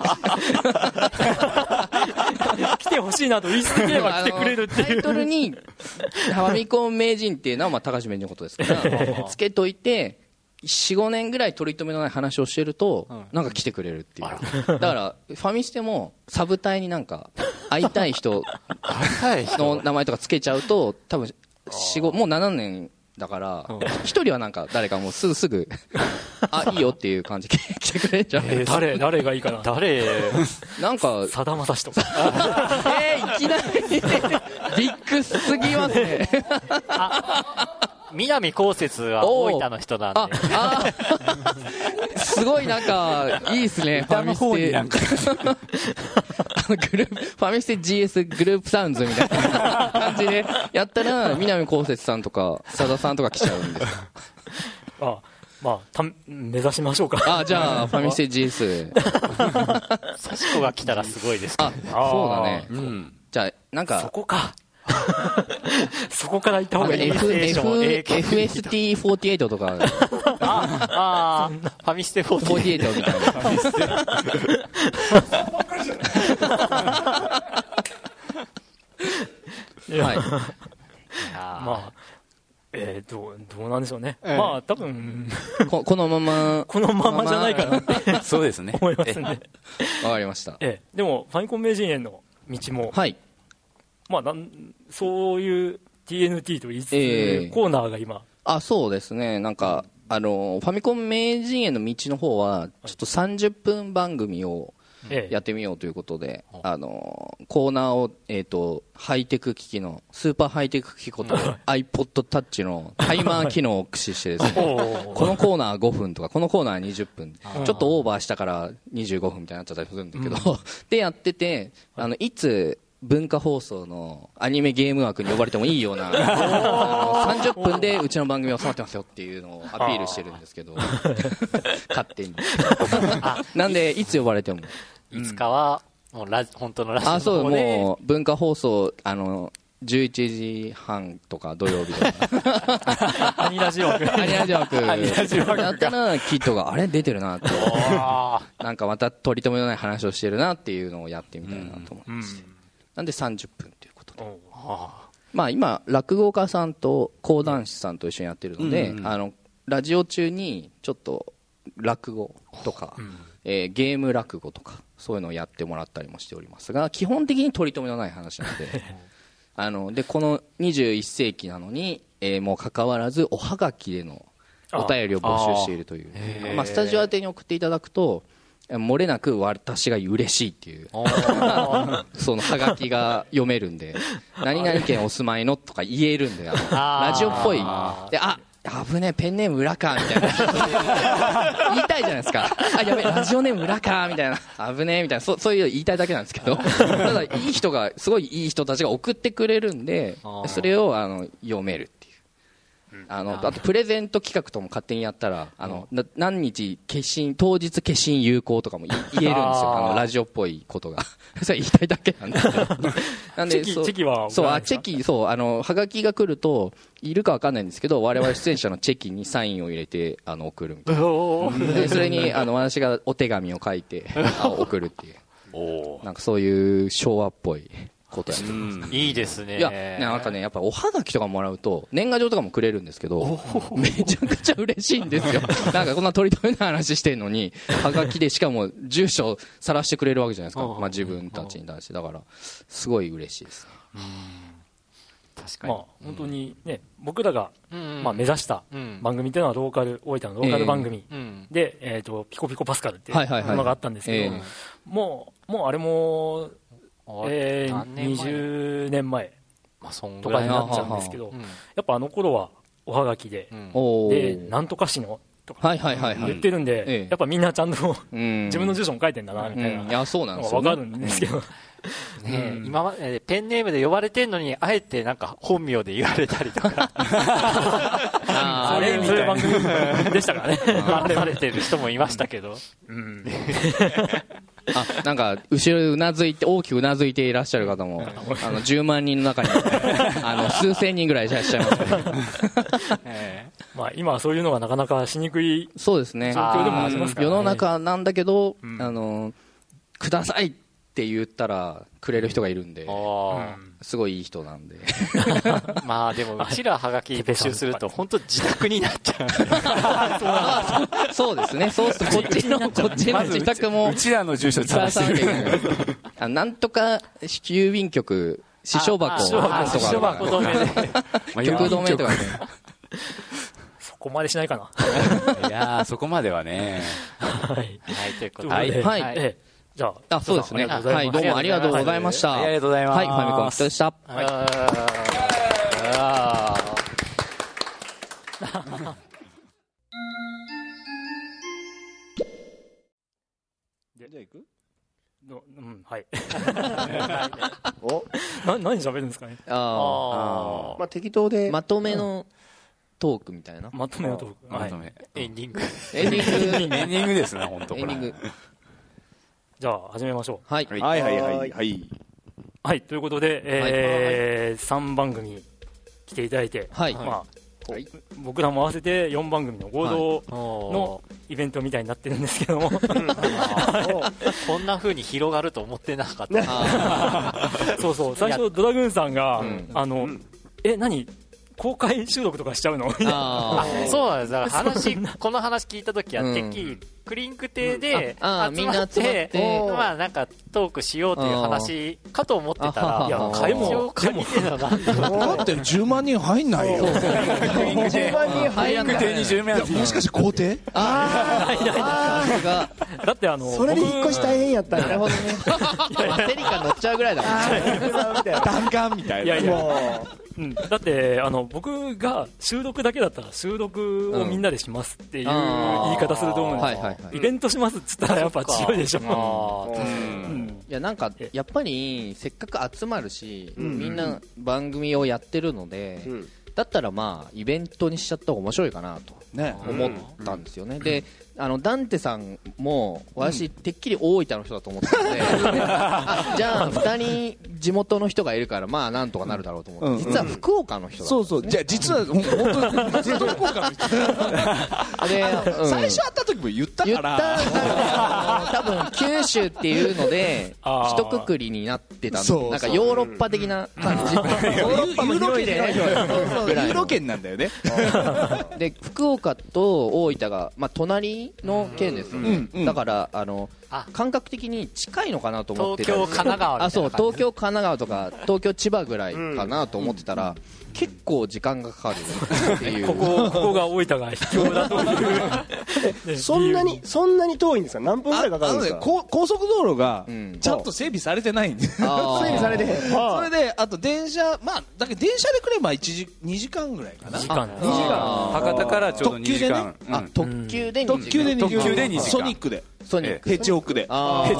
[SPEAKER 7] な
[SPEAKER 1] 来てほしいなと言い続ければ来てくれるっていう
[SPEAKER 7] タイトルにファミコン名人っていうのは高橋名人のことですからつけといて 4,5 年ぐらい取り留めのない話をしてるとなんか来てくれるっていうだからファミステもサブ隊になんか会いたい人の名前とかつけちゃうと多分もう7年だから一人はなんか誰かもうすぐいいよっていう感じで来てくれちゃう、
[SPEAKER 1] 誰がいいかな
[SPEAKER 7] なんか
[SPEAKER 1] さだまさしとか
[SPEAKER 7] いきなりビッグすぎますね
[SPEAKER 2] 南こうせつは大分の人なんです
[SPEAKER 7] ごいなんかいいですねファミステグループファミステ GS グループサウンズみたいな感じでやったら南こうせつさんとかさださんとか来ちゃうんで
[SPEAKER 1] 目指しましょうか
[SPEAKER 7] じゃあファミステ GS
[SPEAKER 2] サシコが来たらすごいですけどね。
[SPEAKER 7] そうだね、じゃあなんか
[SPEAKER 1] そこかそこから行った方がいい。
[SPEAKER 7] FST48 とか
[SPEAKER 2] ファミステ48
[SPEAKER 7] みたいなファミステ
[SPEAKER 1] どうなんでしょうね、多分
[SPEAKER 7] このまま
[SPEAKER 1] じゃないかなって
[SPEAKER 3] そうですね
[SPEAKER 1] 思いますんで
[SPEAKER 7] わかりました。
[SPEAKER 1] でもファミコン名人への道もそういう TNT と言いつつ、コーナーが今
[SPEAKER 7] そうですね、なんかファミコン名人への道の方はちょっと30分番組をやってみようということで、コーナーを、ハイテク機器のスーパーハイテク機器こと iPod Touch のタイマー機能を駆使してですねこのコーナー5分とかこのコーナー20分ちょっとオーバーしたから25分みたいになっちゃったりするんだけど、でやってていつ文化放送のアニメゲーム枠に呼ばれてもいいような30分でうちの番組収まってますよっていうのをアピールしてるんですけど勝手になんでいつ呼ばれても
[SPEAKER 2] いつかはもう本当のラジオの方で
[SPEAKER 7] そうもう文化放送 11時半とか土曜日とか
[SPEAKER 1] アニラジオ枠
[SPEAKER 7] やったらキッドがあれ出てるなってなんかまた取り留めのない話をしてるなっていうのをやってみたいなと思いまして、なんで30分ということで、まあ今落語家さんと講談師さんと一緒にやってるので、ラジオ中にちょっと落語とか、ゲーム落語とかそういうのをやってもらったりもしておりますが、基本的に取り留めのない話なのででこの21世紀なのに、もうかかわらずおはがきでのお便りを募集しているという、スタジオ宛てに送っていただくと漏れなく私が嬉しいっていうそのはがきが読めるんで何々県お住まいのとか言えるんで、ラジオっぽいで、危ねえペンネーム裏かみたいな言いたいじゃないですか。やべえラジオネーム裏かみたいな、危ねえみたいな、そういうの言いたいだけなんですけどただいい人がすごいいい人たちが送ってくれるんで、それを読めるっていう。あとプレゼント企画とも勝手にやったら何日当日消印有効とかも言えるんですよ、ラジオっぽいことがそれ言いたいだけなんですけどなんで
[SPEAKER 1] チェキは
[SPEAKER 7] チェキはがきが来るといるか分かんないんですけど、我々出演者のチェキにサインを入れて送るみたいなでそれに私がお手紙を書いて送るっていうなんかそういう昭和っぽいことやってます。
[SPEAKER 2] いいですね。
[SPEAKER 7] いや、なんかね、やっぱおはがきとかもらうと年賀状とかもくれるんですけど、めちゃくちゃ嬉しいんですよ。なんかこんな取り留めない話してるのにはがきでしかも住所さらしてくれるわけじゃないですか。自分たちに対してだからすごい嬉しいですね。
[SPEAKER 2] 確かに。
[SPEAKER 1] 本当にね、僕らが目指した番組っていうのは大分のローカル番組でピコピコパスカルっていうものがあったんですけど、もうあれも20年前とかになっちゃうんですけど、やっぱあの頃はおはがきで、なんとか市のとか言ってるんで、やっぱみんなちゃんと自分の住所も書いてんだなみたいなのが分かるんですけど、
[SPEAKER 2] 今までペンネームで呼ばれてるのにあえてなんか本名で言われたりとか
[SPEAKER 1] そういう番組でしたからね
[SPEAKER 2] 話されてる人もいましたけど、
[SPEAKER 7] なんか後ろで大きくうなずいていらっしゃる方も10万人の中に数千人ぐらいいらっしゃいますね
[SPEAKER 1] 今はそういうのがなかなかしにくい
[SPEAKER 7] そうですね
[SPEAKER 1] 状況でもありますからね。
[SPEAKER 7] 世の中なんだけど、くださいって言ったらくれる人がいるんで、すごいいい人なんで
[SPEAKER 2] まあでもうちらはがき募集すると本当自宅になっちゃ
[SPEAKER 7] うそうですね。そうするとこっちの自宅も
[SPEAKER 3] うちらの住所探して
[SPEAKER 7] るなんとか郵便局支所箱とか
[SPEAKER 2] 止めで
[SPEAKER 7] 局止めとかね
[SPEAKER 1] そこまでしないかな。
[SPEAKER 3] いやそこまではね。
[SPEAKER 2] はい、ということで、
[SPEAKER 7] はい
[SPEAKER 1] じゃあ
[SPEAKER 7] そうですね。はい、どうもありがとうございました。
[SPEAKER 3] ありがとうございます。
[SPEAKER 7] はい、ファミコン人でした。
[SPEAKER 6] じゃあ行く？
[SPEAKER 1] はい。何喋るんですかね。
[SPEAKER 6] 適当で
[SPEAKER 7] まとめのトークみたいな。
[SPEAKER 1] まとめのトーク。
[SPEAKER 3] まとめ。
[SPEAKER 2] エンディング。
[SPEAKER 3] エンディングですね、本当。
[SPEAKER 7] エンディング。
[SPEAKER 1] じゃあ始めましょ
[SPEAKER 7] う。はい
[SPEAKER 1] はい、ということで、3番組来ていただいて、僕らも合わせて4番組の合同のイベントみたいになってるんですけども
[SPEAKER 2] こんな風に広がると思ってなかった
[SPEAKER 1] そう最初ドラグーンさんが何公開収録とかしちゃうの
[SPEAKER 2] そうなんです。だからこの話聞いた時はクリンク亭で集まってなんかトークしようという話かと思ってたら、いや会も
[SPEAKER 5] だって10万人入んないよ。
[SPEAKER 6] 10万人入らない。
[SPEAKER 5] もしかして校庭？
[SPEAKER 1] だって
[SPEAKER 6] それで引っ越し大変やったんだ。なるほどね。
[SPEAKER 7] セリカ乗っちゃうぐらいだもん。
[SPEAKER 5] 弾丸みたいな。
[SPEAKER 1] だって僕が収録だけだったら収録をみんなでしますっていう言い方すると思うんですよ。イベントしますっつったらやっぱ強いでしょ。
[SPEAKER 7] いやなんかやっぱりせっかく集まるし、みんな番組をやってるので、だったらイベントにしちゃった方が面白いかなと思ったんですよね。でダンテさんも私てっきり大分の人だと思ってたので、じゃあ2人地元の人がいるからまあなんとかなるだろうと思って、実は福岡の人だったんですね。
[SPEAKER 5] そうそう、じゃあ実は本当にずっと福岡の人で、最初会った時も言ったから
[SPEAKER 7] 多分九州っていうので一括りになってたんで、なんかヨーロッパ的な感じ、ヨーロッパも広いでね、ユ
[SPEAKER 5] ーロ圏なんだよね。
[SPEAKER 7] で福岡と大分がまあ隣の県ですよね。だから感覚的に近いのかなと思ってた。
[SPEAKER 2] 東京神奈川みたいな感じ。
[SPEAKER 7] そう東京神奈川とか東京千葉ぐらいかなと思ってたら、結構時間がかかるっていう。
[SPEAKER 1] ここが大分が秘境だという
[SPEAKER 6] そんなに遠いんですか？何分ぐらいかかるんですか？
[SPEAKER 5] 高速道路がちゃんと整備されてないんで、整
[SPEAKER 6] 備されてへん。
[SPEAKER 5] それであと電車、まあだけど電車で来れば2時間ぐらいかな。
[SPEAKER 1] 2時間
[SPEAKER 3] 博多からちょうど2時間。
[SPEAKER 7] 特急で2時間。
[SPEAKER 5] ソニックで
[SPEAKER 7] ヘ
[SPEAKER 5] チオクで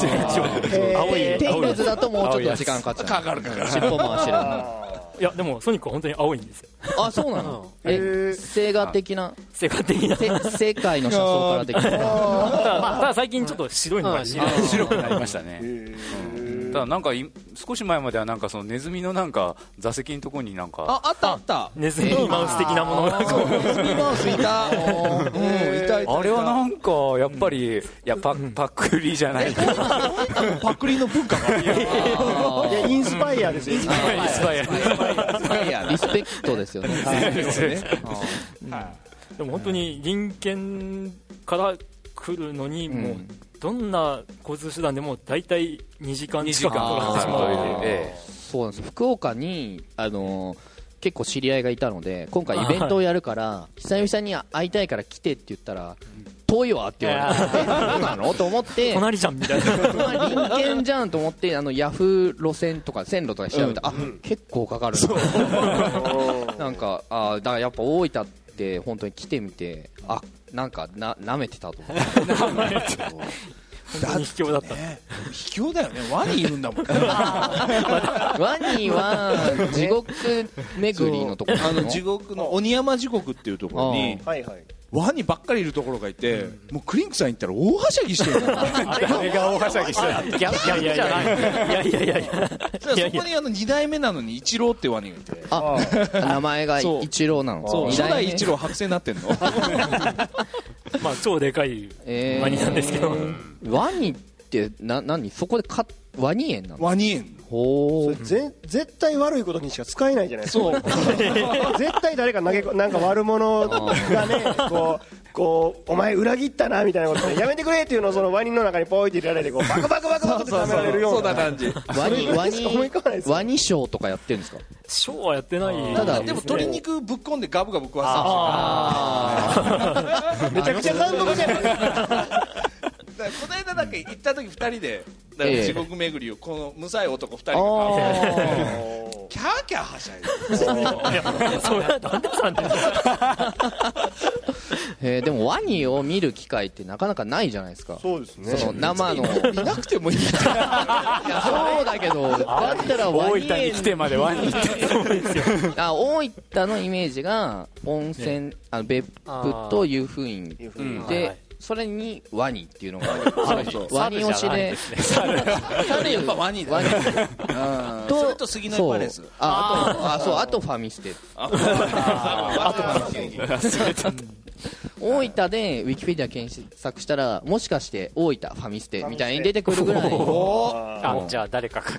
[SPEAKER 7] 天国だともうちょっと時間かかるから尻尾回してる。
[SPEAKER 1] いやでもソニックは本当に青いんですよ。
[SPEAKER 7] あ、そうなの。セガ的な
[SPEAKER 1] 世界
[SPEAKER 7] の車窓から的な。
[SPEAKER 1] ただ最近ちょっと白いのが
[SPEAKER 3] 白くなりましたね。ただなんか少し前まではなんかそのネズミのなんか座席のところになんか
[SPEAKER 5] あった
[SPEAKER 1] ネズミマウス的なものが
[SPEAKER 5] ネズミマウスいた。
[SPEAKER 3] あれはなんかやっぱりパクリじゃないけど
[SPEAKER 5] パクリの文化が
[SPEAKER 6] インスパイアですよ。インスパイア
[SPEAKER 7] リスペクトですよね。
[SPEAKER 1] でも本当に隣県から来るのにもうどんな交通手段でも大体2時間近くかかってしまう。
[SPEAKER 7] そうなんです。福岡に結構知り合いがいたので、今回イベントをやるから久々に会いたいから来てって言ったら遠いわって言われて、そうなのと思って、
[SPEAKER 1] 隣じゃんみたいな、
[SPEAKER 7] 隣県じゃんと思って、ヤフー路線とか線路とか調べて、結構かかるな。なんかだからやっぱ大分って本当に来てみて、なんかなめてたと思って
[SPEAKER 1] 本当に秘境だった。
[SPEAKER 5] 秘境だよね。ワニいるんだもん。
[SPEAKER 7] ワニは地獄巡りのところ、
[SPEAKER 5] 地獄の鬼山地獄っていうところにワニばっかりいるところがいて、もうクリンクさん行ったら大はしゃぎしてる。
[SPEAKER 3] 誰が大はしゃぎしてる？
[SPEAKER 1] ギャップじゃない。
[SPEAKER 5] そこに2代目なのにイチローってワニがいて、
[SPEAKER 7] 名前がイチローなの。
[SPEAKER 5] 初代イチロー剥製になってんの。
[SPEAKER 1] まあ超でかいワニなんですけど、
[SPEAKER 7] ワニって何？そこでワニ園なの？
[SPEAKER 5] ワニ園。
[SPEAKER 6] 絶対悪いことにしか使えないじゃないですか。絶対誰かなんか悪者がね、こうお前裏切ったなみたいなことでやめてくれっていうのをそのワニの中にポイって入れられてバクバクって舐められるような
[SPEAKER 5] 感じ。
[SPEAKER 7] ワニショーとかやってるんですか？
[SPEAKER 1] ショーはやってない。
[SPEAKER 5] ただでも鶏肉ぶっこんでガブガブ食わ
[SPEAKER 6] せて、めちゃくちゃ感動じゃないですか。
[SPEAKER 5] この間だけ行った時2人で地獄巡りをこのむさい男2人がキャーキャーはしゃいで、
[SPEAKER 1] それはなんでさん
[SPEAKER 7] ででもワニを見る機会ってなかなかないじゃないですか。
[SPEAKER 6] そうですね。
[SPEAKER 7] その生の
[SPEAKER 5] 見なくてもいい。い
[SPEAKER 7] やそうだけど、だったらワニ
[SPEAKER 3] 大分に来てまでワニって
[SPEAKER 7] 大分のイメージが温泉別府と湯布院で、それにワニっていうのがワニ推しで、
[SPEAKER 5] 猿やっぱワニだ。それと杉のパレス。
[SPEAKER 7] あとファミステ。大分でウィキペディア検索したら、もしかして大分ファミステみたいに出てくるぐらい。
[SPEAKER 2] じゃあ誰か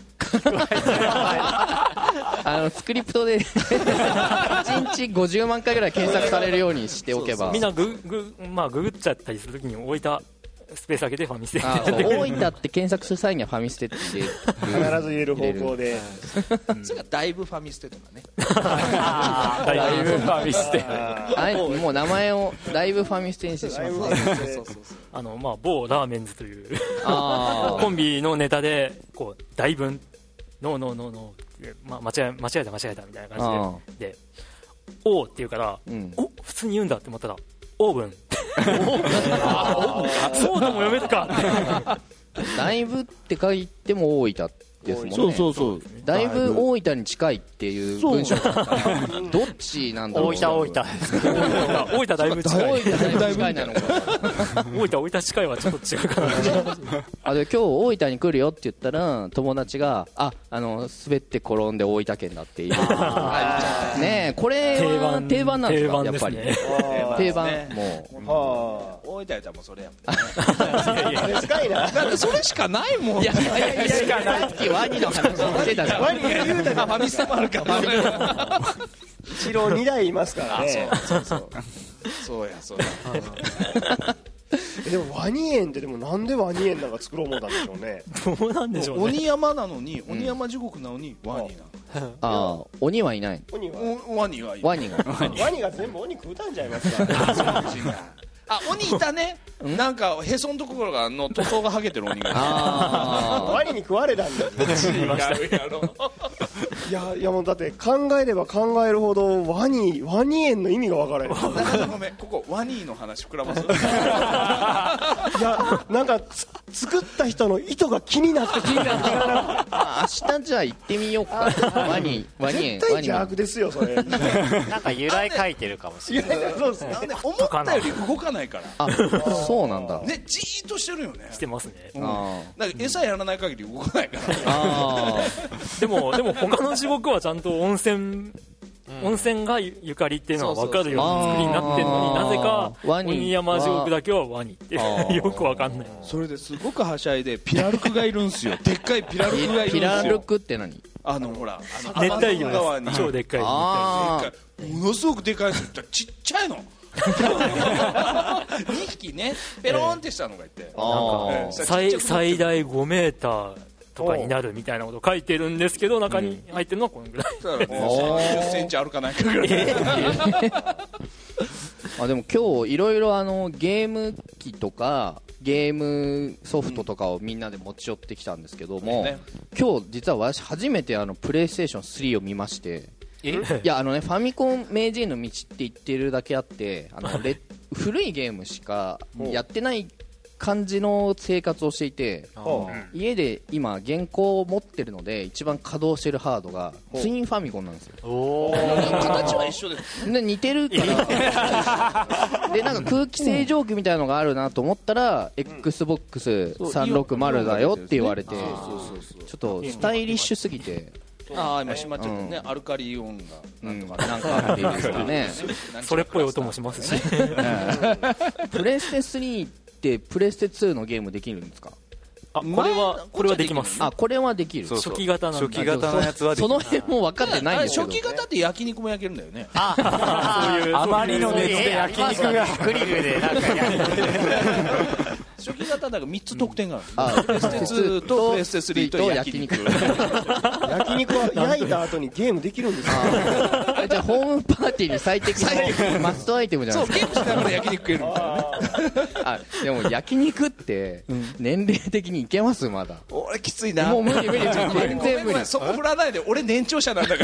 [SPEAKER 7] スクリプトで1日50万回ぐらい検索されるようにしておけば、
[SPEAKER 1] みんなググっちゃったりするときに大分スペース開けてファミステ
[SPEAKER 7] 大分って検索する際にはファミステって
[SPEAKER 6] 必ず言える方向で、
[SPEAKER 5] それがだいぶファミステとかね。
[SPEAKER 3] だいぶファミステ、
[SPEAKER 7] もう名前をだいぶファミステにしてしまう。
[SPEAKER 1] 某ラーメンズというコンビのネタでだいぶノー間違えたみたいな感じでおーって言うから、普通に言うんだって思ったらオーブンそうとも読めるか。
[SPEAKER 7] だいぶって書いても大分ですもんね。
[SPEAKER 5] そう。
[SPEAKER 7] だいぶ大分に近いっていう文章だからどっちなんだろう。
[SPEAKER 2] 大分
[SPEAKER 1] だいぶ近い。
[SPEAKER 7] 大分だいぶ近いなのか。
[SPEAKER 1] 大分近いはちょっと違うかな。
[SPEAKER 7] で今日大分に来るよって言ったら友達が滑って転んで大分県だっていうねえ、これは定番なんですか、やっぱり定番。もう
[SPEAKER 5] 大分やったらもうそれやもん。近いな。だってそれしかないもん。
[SPEAKER 7] いやさっきワニの話してたじゃん。
[SPEAKER 6] ワニが言うたら
[SPEAKER 5] ファミスタもあるから
[SPEAKER 6] 後ろ2台いますからね。
[SPEAKER 5] そうや
[SPEAKER 6] でもワニ園ってなんでワニ園なんか作ろうもんなんでしょうね。
[SPEAKER 1] どうなんでしょうね。
[SPEAKER 5] 鬼山なのに鬼山地獄なのにワニな
[SPEAKER 7] の。鬼はいない。
[SPEAKER 5] ワニが
[SPEAKER 6] ワニが全部鬼食うたんじゃいますか。
[SPEAKER 5] 鬼いたね。なんかへそのところが塗装が剥げてる鬼が。
[SPEAKER 6] ワニに食われたんだ。いやもうだって考えれば考えるほどワニ園の意味が分からない。
[SPEAKER 5] ごめん、ここワニの話膨らます。
[SPEAKER 6] いやなんか作った人の意図が気になって明
[SPEAKER 7] 日じゃあ行ってみようか。ワニ園。
[SPEAKER 6] 絶対邪悪ですよそれ。
[SPEAKER 2] なんか由来書いてるかもしれない。
[SPEAKER 6] そうですね。
[SPEAKER 5] 思ったより動かないから。
[SPEAKER 7] そうなんだ。
[SPEAKER 5] ね、じーっとしてるよね。
[SPEAKER 1] してますね。
[SPEAKER 5] だから餌やらない限り動かないから。
[SPEAKER 1] でも他の地獄はちゃんと温泉がゆかりっていうのは分かるような作りになってるのに、なぜか鬼山地獄だけはワニってよく分かんない。
[SPEAKER 5] それですごくはしゃいでピラルクがいるんすよ。でっかいピラルクがいるんすよ。
[SPEAKER 7] ピラルクって何？
[SPEAKER 5] ほら
[SPEAKER 1] 熱帯魚です。超でっかい。
[SPEAKER 5] ものすごくでかいですよ。ちっちゃいの。2匹ねペロンってしたのがいて、
[SPEAKER 1] 最大5メーターとかになるみたいなこと書いてるんですけど、中に入ってるのはこのぐらい。
[SPEAKER 5] 10センチあるかないかぐらい。
[SPEAKER 7] でも今日いろいろゲーム機とかゲームソフトとかをみんなで持ち寄ってきたんですけども、今日実は私初めてプレイステーション3を見まして。いやファミコン名人の道って言ってるだけあって古いゲームしかやってない感じの生活をしていて、家で今現行を持ってるので一番稼働してるハードがツインファミコンなんですよ。
[SPEAKER 5] 形は一緒です
[SPEAKER 7] で似てるからでなんか空気清浄機みたいなのがあるなと思ったら XBOX360 だよって言われて、ちょっとスタイリッシュすぎて
[SPEAKER 5] 今閉まっちゃったね、アルカリイオンが
[SPEAKER 7] なんかあっていいですかね。
[SPEAKER 1] それっぽい音もしますし。
[SPEAKER 7] プレステ3ってプレステ2のゲームできるんですか？
[SPEAKER 1] これはできます。
[SPEAKER 7] これはできる。
[SPEAKER 1] 初期型なんだ。
[SPEAKER 3] 初期型のやつはできる。
[SPEAKER 7] その辺も分かってないんですけど。
[SPEAKER 5] 初期型って焼肉も焼けるんだよね。
[SPEAKER 3] そういうあまりの熱で焼肉が
[SPEAKER 2] グリルでなんか焼いてる。
[SPEAKER 5] 初期型だから3つ得点がある。プレステ2とプレステ3と焼肉。
[SPEAKER 6] 焼肉は焼いた後にゲームできるんですか？
[SPEAKER 7] じゃあホームパーティーに最適のマストアイテムじゃないですか。
[SPEAKER 5] そうゲームしながら焼肉食えるんだよね。
[SPEAKER 7] でも焼肉って年齢的にいけますまだ？
[SPEAKER 5] 俺きついな。
[SPEAKER 7] もう無理全然無理。
[SPEAKER 5] そこ振らないで、俺年長者なんだから。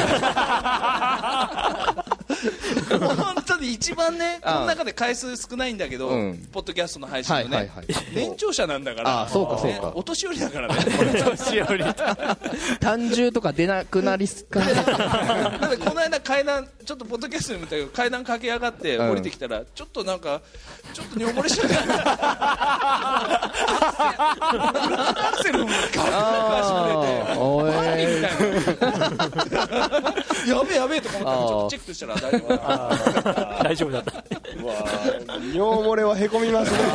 [SPEAKER 5] 本当に一番ね、この中で回数少ないんだけど、ポッドキャストの配信のね、年長者なんだから。
[SPEAKER 7] そうか。
[SPEAKER 5] お年寄りだからね。
[SPEAKER 1] 年寄り。
[SPEAKER 7] 単純とか出なくなりすか。
[SPEAKER 5] だってこの間階段ちょっとポッドキャストで見たけど階段駆け上がって降りてきたらちょっと尿漏れしちゃった。アクセルもやべえとか思ってちょっとチェックしたら
[SPEAKER 1] 大丈夫だった。
[SPEAKER 6] 尿漏れはへこみますね。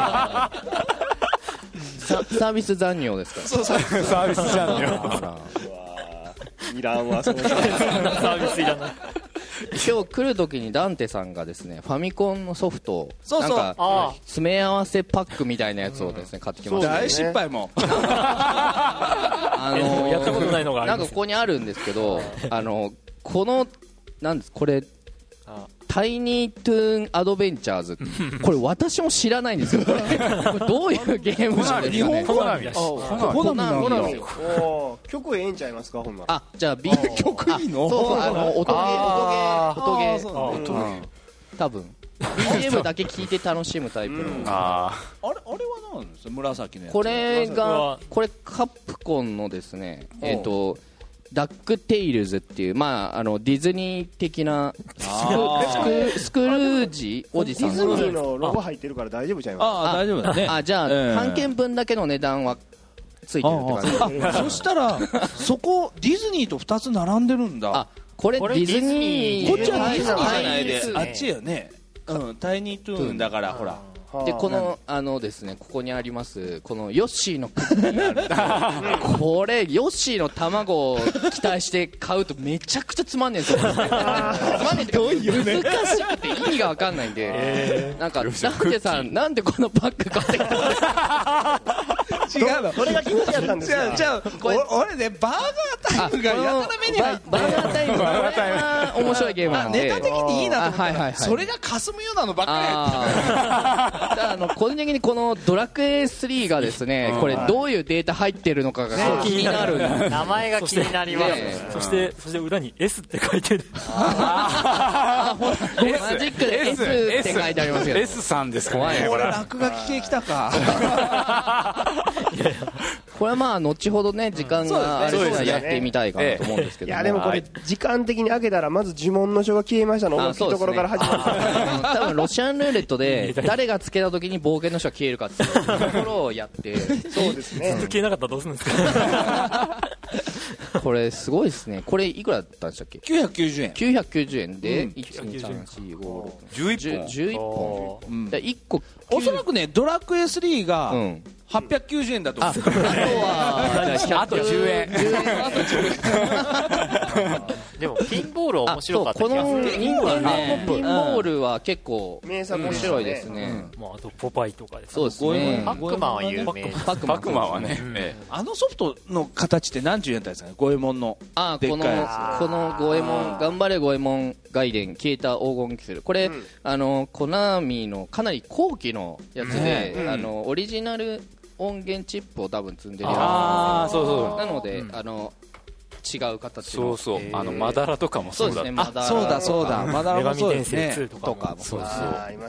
[SPEAKER 7] サービス残尿ですか？
[SPEAKER 5] そう
[SPEAKER 3] サービス残尿。
[SPEAKER 6] いらんわその
[SPEAKER 1] サービスいらない。
[SPEAKER 7] 今日来る時にダンテさんがですねファミコンのソフトなんか詰め合わせパックみたいなやつをですね買ってきました。
[SPEAKER 5] 大失敗も。
[SPEAKER 1] やったことないのがあります。
[SPEAKER 7] なんかここにあるんですけどこのこれタイニートゥーンアドベンチャーズこれ私も知らないんですよ。これどういうゲームなんですかね。
[SPEAKER 1] 日本コナミだし。
[SPEAKER 7] コナミ
[SPEAKER 6] 曲ええんちゃいますかほんなら。
[SPEAKER 7] じゃあ
[SPEAKER 5] 曲いいの？
[SPEAKER 7] そう音ゲー多分 BGM だけ聴いて楽しむタイプの、
[SPEAKER 5] あれは何なんですか、紫のやつ。
[SPEAKER 7] これカプコンのですね、ダックテイルズっていう、ディズニー的なスクルージおじさん。
[SPEAKER 6] ディズニーのロゴ入ってるから大丈夫ちゃいます。
[SPEAKER 5] 大丈夫だね。
[SPEAKER 7] じゃあ、半券分だけの値段はついてるって感じ。
[SPEAKER 5] そしたらそこディズニーと2つ並んでるんだ。
[SPEAKER 7] これディズニー、
[SPEAKER 5] こっちはディズニーじゃないで、あっちよね。タイニートゥーンだから、ほら。
[SPEAKER 7] でこのですね、ここにありますこのヨッシーのクッキーがあるこれヨッシーの卵を期待して買うとめちゃくちゃつまんねえんですよ。つまんねえっていうか難しくて意味が分かんないんで、なんかダンテさんなんでこのパック買ってきた
[SPEAKER 6] 違うの、それが気持ちやったんですよ。
[SPEAKER 5] じゃあ俺ね、バーガータイムがやたら目に入って
[SPEAKER 7] バーガータイムは面白いゲームなんで
[SPEAKER 5] ネタ的にいいなと思ったら、それが霞むようなのばっかりやって
[SPEAKER 7] 個人的にこのドラクエ3がですね、これどういうデータ入ってるのかが気になる。
[SPEAKER 2] 名前が気になります。
[SPEAKER 1] そして裏に S って書いてる。
[SPEAKER 7] マジックで S って書いてありますけど。
[SPEAKER 3] S さんですかね。
[SPEAKER 5] 俺落書き系きたか。
[SPEAKER 7] これは後ほどね時間があるからやってみたいかなと思うんですけど。
[SPEAKER 6] いやでもこれ時間的に開けたらまず呪文の書が消えましたの大きいところから始まる。
[SPEAKER 7] 多分ロシアンルーレットで誰がつけた時に冒険の書が消えるかっていうところをやって。
[SPEAKER 6] そうですね。
[SPEAKER 1] ずっと消えなかったらどうするんですか。
[SPEAKER 7] これすごいですね。これいくらだったんでしたっけ
[SPEAKER 5] ？990円。
[SPEAKER 7] 990円で1234511本1個。
[SPEAKER 5] おそらくねドラクエ3が890円だと思う。
[SPEAKER 7] あと
[SPEAKER 3] 10円。
[SPEAKER 2] でもピンボールは面白かった気がする。
[SPEAKER 7] ピンボールは結構面白いですね。
[SPEAKER 1] あとポパイとかです。
[SPEAKER 7] そうですね。
[SPEAKER 2] パックマンは有名。
[SPEAKER 3] パックマンはね。
[SPEAKER 5] あのソフトの形って何十円だったんですかね、五右衛門の。
[SPEAKER 7] この五右衛門、頑張れ五右衛門外伝消えた黄金キセル、これコナミのかなり後期のやつで、オリジナル音源チップを多分積んでるやつなので、違う形の。
[SPEAKER 3] マダラとかもそうだ。
[SPEAKER 5] そうだマダラもそうですね。
[SPEAKER 7] とかもそうです。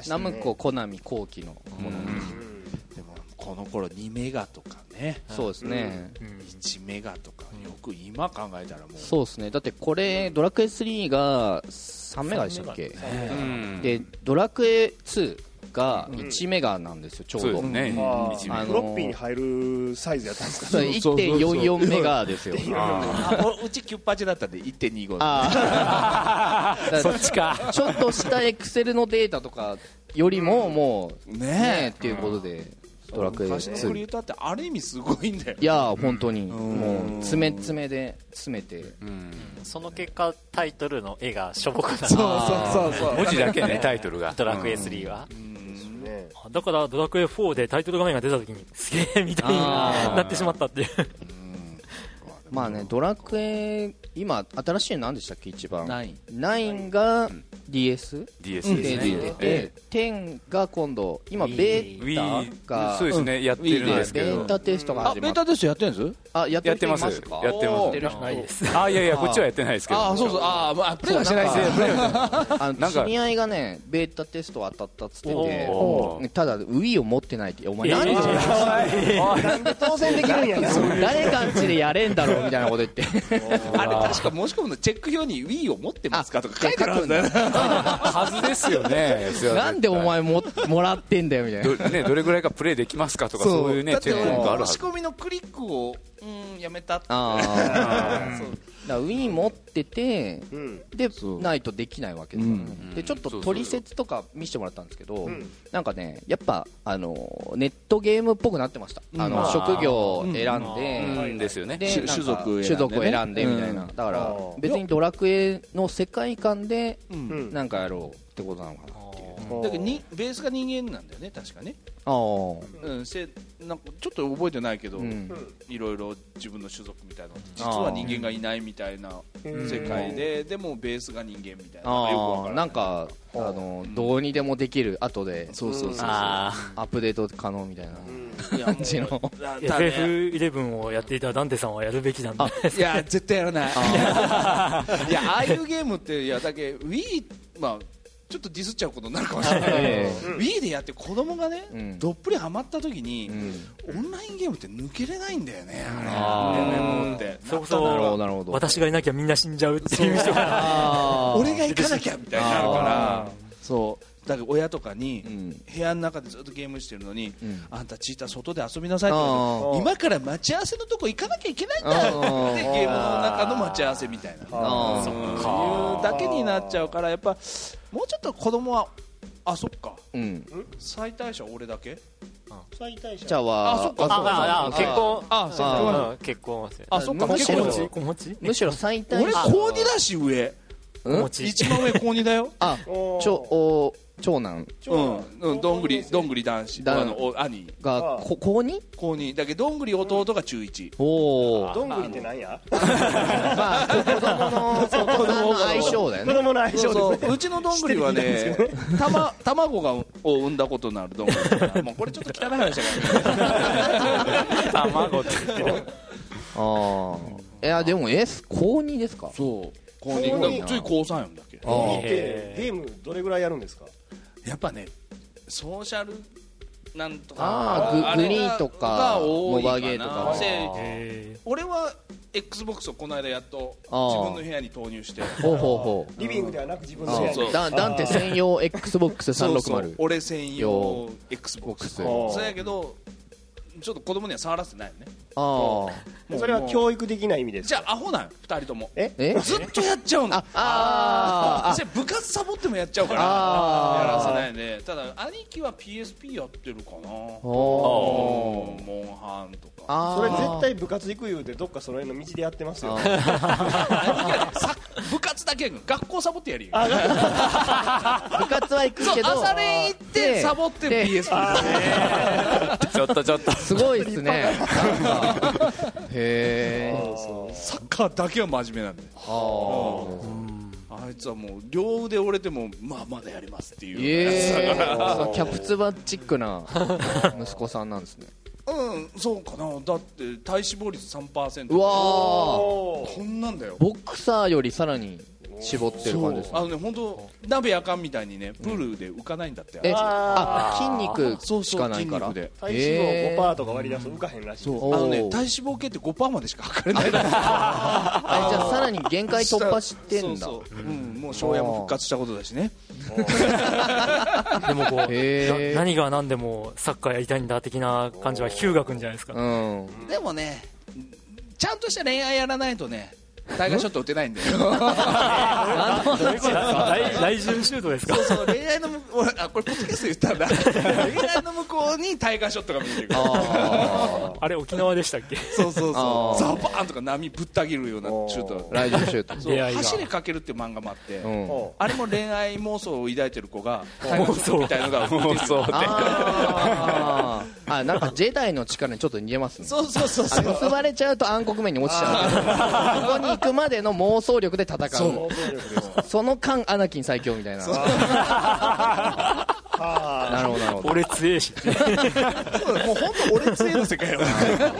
[SPEAKER 7] ナムココナミ後期のもの。
[SPEAKER 5] でもこの頃2メガとかね。
[SPEAKER 7] そうですね。
[SPEAKER 5] 1メガとかよく今考えたらもう。
[SPEAKER 7] そうですね。だってこれドラクエ3が3メガでしたっけ？でドラクエ2が1メガなんですよ、ちょうど。
[SPEAKER 6] フロッピーに入るサイズやったんですか。
[SPEAKER 7] 1.44 メガですよ。
[SPEAKER 5] うち98だったんで 1.25。
[SPEAKER 3] そっちか。
[SPEAKER 7] ちょっとしたエクセルのデータとかよりももうねっていうことでドラクエ2。
[SPEAKER 5] 昔のクリエイターってある意味すごいんだよ。
[SPEAKER 7] いや本当にもう詰め詰めで詰めて、
[SPEAKER 2] その結果タイトルの絵がしょぼくなる。
[SPEAKER 5] そう
[SPEAKER 3] 文字だけね、タイトルが。
[SPEAKER 2] ドラクエ3は。
[SPEAKER 1] だからドラクエ4でタイトル画面が出た時にすげえみたいになってしまったっていう。
[SPEAKER 7] まあね、ドラクエ今新しいの何でしたっけ、一番9が DS で10が今度今ベータが
[SPEAKER 3] そうですね、やってるんですけど、
[SPEAKER 7] ベータテストが始まって。
[SPEAKER 5] ベータテストやってるんです？
[SPEAKER 7] やってます。
[SPEAKER 3] やって
[SPEAKER 1] ないです。
[SPEAKER 3] いやこっちはやってないですけど。
[SPEAKER 5] そうプレイはしてないです
[SPEAKER 7] ね。知り合いがねベータテスト当たったっつってて、ただ Wii を持ってないって。お前なんで当選できるんや。誰かんちでやれんだろうみたいなこと言って。
[SPEAKER 5] あれ確か申し込むのチェック表に Wii を持ってますかとか書いてあるんだよ。
[SPEAKER 3] はずですよね。
[SPEAKER 7] なんでお前もらってんだよみたいな。
[SPEAKER 3] どれぐらいかプレイできますかとか、そういうねチェックがあるはず。
[SPEAKER 5] 申し込みのクリックをやめたって。
[SPEAKER 7] Wii 持っててでないとできないわけですよ。でちょっと取説とか見せてもらったんですけど、なんかねやっぱネットゲームっぽくなってました。職業を選んで
[SPEAKER 3] ですよね。
[SPEAKER 5] 種族を
[SPEAKER 7] 選んでみたいな。だから別にドラクエの世界観でなんかやろうってことなのかなっていう。
[SPEAKER 5] だけどベースが人間なんだよね、確かね。なんかちょっと覚えてないけど、いろいろ自分の種族みたいなの実は人間がいないみたいな世界で、でもベースが人間みたいな。
[SPEAKER 7] なんかどうにでもできる、後でアップデート可能みたいな感じの。
[SPEAKER 1] FF11 をやっていたダンテさんはやるべきなんだ。
[SPEAKER 5] いや絶対やらない。いやああいうゲームってだけ Wii ちょっとディスっちゃうことになるかもしれないけど Wii でやって子供がねどっぷりハマった時にオンラインゲームって抜けれないんだよね。MMO って
[SPEAKER 1] そうそう、私がいなきゃみんな死んじゃうっていう人が
[SPEAKER 5] 俺が行かなきゃみたいになるから、そうだから親とかに部屋の中でずっとゲームしてるのに、あんたチーター外で遊びなさいって言って、今から待ち合わせのとこ行かなきゃいけないんだってゲームの中の待ち合わせみたいなそういうだけになっちゃうから、やっぱもうちょっと子供はそっか、最大者俺だけ
[SPEAKER 6] 最大者
[SPEAKER 7] じゃあ
[SPEAKER 5] そっか
[SPEAKER 2] 結婚
[SPEAKER 5] そっか
[SPEAKER 7] むしろ最大
[SPEAKER 5] 俺高2だし上一番上高2だよ。長男どんぐり男子兄
[SPEAKER 7] が高 2
[SPEAKER 5] だけどどんぐり弟が中1。
[SPEAKER 6] どんぐりって何や
[SPEAKER 7] まあ子供の相性だよね。
[SPEAKER 6] 子供の相性ですね。
[SPEAKER 5] うちのどんぐりはね卵を産んだことのあるどんぐりもうこれちょっと汚い話だから
[SPEAKER 2] 卵って
[SPEAKER 7] いやでも高2ですか。
[SPEAKER 5] そう高2つい高3やんだっけ。
[SPEAKER 6] ゲームどれぐらいやるんですか。
[SPEAKER 5] やっぱねソーシャルなんとか
[SPEAKER 7] グリーとかモバゲーとか
[SPEAKER 5] 俺は XBOX をこの間やっと自分の部屋に投入して
[SPEAKER 6] リビングではなく自分の部屋に
[SPEAKER 7] ダンテ専用 XBOX360
[SPEAKER 5] 俺専用 XBOX そうやけどちょっと子供には触らせてないよね。
[SPEAKER 6] それは教育的な意味ですか。
[SPEAKER 5] じゃあアホなん2人とも
[SPEAKER 6] ず
[SPEAKER 5] っとやっちゃうの。部活サボってもやっちゃうからやらせないで。ただ兄貴は PSP やってるかな。モンハンとか。
[SPEAKER 6] それ絶対部活行く言うてどっかその辺の道でやってますよ。
[SPEAKER 5] 部活だけ学校サボってやるよ。
[SPEAKER 7] 部活は行くけど
[SPEAKER 5] 朝練行ってサボって PSP。
[SPEAKER 2] ちょっと
[SPEAKER 7] すごいですね。へ
[SPEAKER 5] ーサッカーだけは真面目なんで。あいつはもう両腕折れてもまだやりますっていうやつだから
[SPEAKER 7] キャプツバチックな息子さんなんですね。
[SPEAKER 5] そうかな。だって体脂肪率 3%。
[SPEAKER 7] うわ
[SPEAKER 5] こんなんだよ。
[SPEAKER 7] ボクサーよりさらに絞ってる感じですね。
[SPEAKER 5] 本当鍋やかんみたいにねプールで浮かないんだって。
[SPEAKER 7] 筋肉しかないから
[SPEAKER 6] 体脂肪 5% とか割り出すと浮かへんらしい。
[SPEAKER 5] 体脂肪計って 5% までしか測れない。じゃ
[SPEAKER 7] あさらに限界突破してんだ。
[SPEAKER 5] もう庄屋も復活したことだしね。
[SPEAKER 1] でもこう何が何でもサッカーやりたいんだ的な感じは日向君じゃないですか。
[SPEAKER 5] でもねちゃんとした恋愛やらないとねタイガーショット打てないんだよ。
[SPEAKER 1] 来順シュートですか。
[SPEAKER 5] そう恋愛のこれポッドキャスト言ったんだ。恋愛の向こうにタイガーショットが見えてくる。
[SPEAKER 1] あれ沖縄でしたっけ。
[SPEAKER 5] そうザバーンとか波ぶった切るようなシュート。
[SPEAKER 7] 来順シュート。
[SPEAKER 5] 走りかけるっていう漫画もあって、あれも恋愛妄想を抱いてる子がタイガーショットみたいのが妄想
[SPEAKER 7] ってなんかジェダイの力にちょっと似てますね。
[SPEAKER 5] そう
[SPEAKER 7] 結ばれちゃうと暗黒面に落ちちゃう。ここに行くまでの妄想力で戦う。その間アナキン最強みたいな。なるほど。
[SPEAKER 1] 俺強えし。
[SPEAKER 5] もう本当俺強えの世界よ。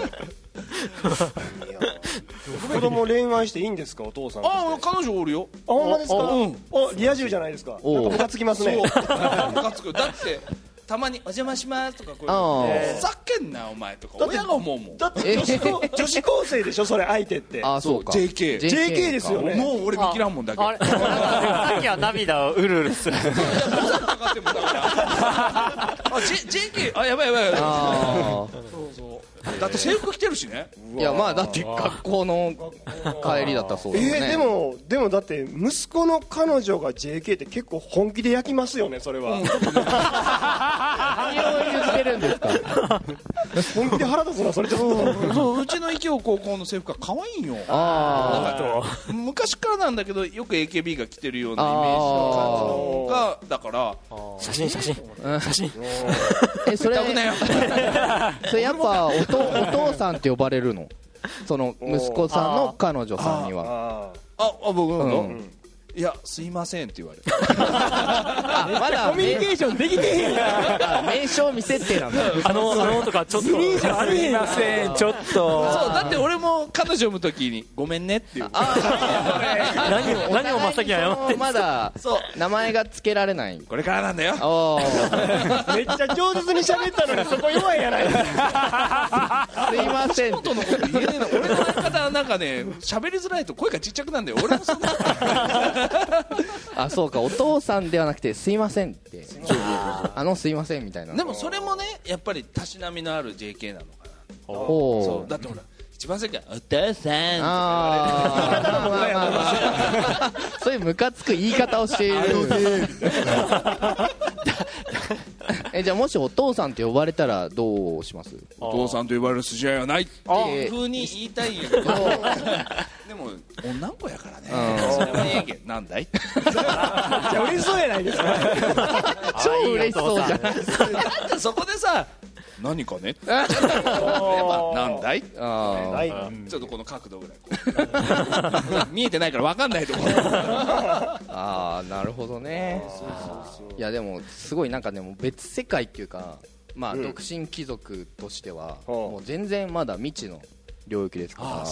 [SPEAKER 6] 子供恋愛していいんですかお父さん。
[SPEAKER 5] 彼女おるよ。
[SPEAKER 6] ほんまですか。リア充じゃないですか。なんかムカつきますね。
[SPEAKER 5] ムカつく。だってたまにお邪魔しますとかこういうふざけんなお前とか親が思うもん。
[SPEAKER 6] だって女子高生でしょそれ相手って。
[SPEAKER 7] そうか。
[SPEAKER 5] JK
[SPEAKER 6] ですよね。
[SPEAKER 5] もう俺見切らんもんだけ。
[SPEAKER 2] さっきは涙をうるうるする。
[SPEAKER 5] JK やばい。だって制服着てるしね。
[SPEAKER 7] いやだって学校の帰りだったらそうですね。
[SPEAKER 6] でもだって息子の彼女が JK って結構本気で焼きますよねそれは。
[SPEAKER 7] 何を言ってるんですか。
[SPEAKER 6] 本気で腹立つなそれちょっと。
[SPEAKER 5] うちの池尾高校の制服が可愛いよ。なんか昔からなんだけどよく AKB が着てるようなイメージの感じのがだから
[SPEAKER 1] 写真
[SPEAKER 7] それやっぱお父さんって呼ばれるの。その息子さんの彼女さんには。
[SPEAKER 5] 僕いやすいませんって言われて
[SPEAKER 6] まだコミュニケーションできてへんやん。
[SPEAKER 7] 名称未設定なんだ。
[SPEAKER 1] とかちょっと
[SPEAKER 6] すいません
[SPEAKER 3] ちょっと
[SPEAKER 5] そうだって俺も彼女産む時にごめんねって言う
[SPEAKER 1] 何を真っ先に謝って
[SPEAKER 7] まだ名前が付けられない。
[SPEAKER 5] これからなんだよ。
[SPEAKER 6] めっちゃ上手に喋ったのにそこ弱いやないですか。
[SPEAKER 7] すいません。
[SPEAKER 5] 本当のこと言えねえの。俺の相方はなんかね喋りづらいと声がちっちゃくなんだよ。俺もそんな
[SPEAKER 7] あ、そうか、お父さんではなくてすいませんってすいませんみたいな。
[SPEAKER 5] でもそれもねやっぱりたしなみのある JK なのかな。そうだってほら一番先はお父さん
[SPEAKER 7] そういうムカつく言い方をしているじゃあもしお父さんって呼ばれたらどうします？
[SPEAKER 5] お父さんと呼ばれる筋合いはないっていう風に言いたいんやけどでも女の子やからねそれはええけどなんだい
[SPEAKER 6] 嬉しそうやないですか。
[SPEAKER 7] 超嬉しそうじゃん。
[SPEAKER 5] だってそこでさ何かねなんだいちょっとこの角度ぐらい見えてないから分かんないところ
[SPEAKER 7] ああなるほどね。いやでもすごいなんかねもう別世界っていうかまあ独身貴族としてはもう全然まだ未知の領域ですから。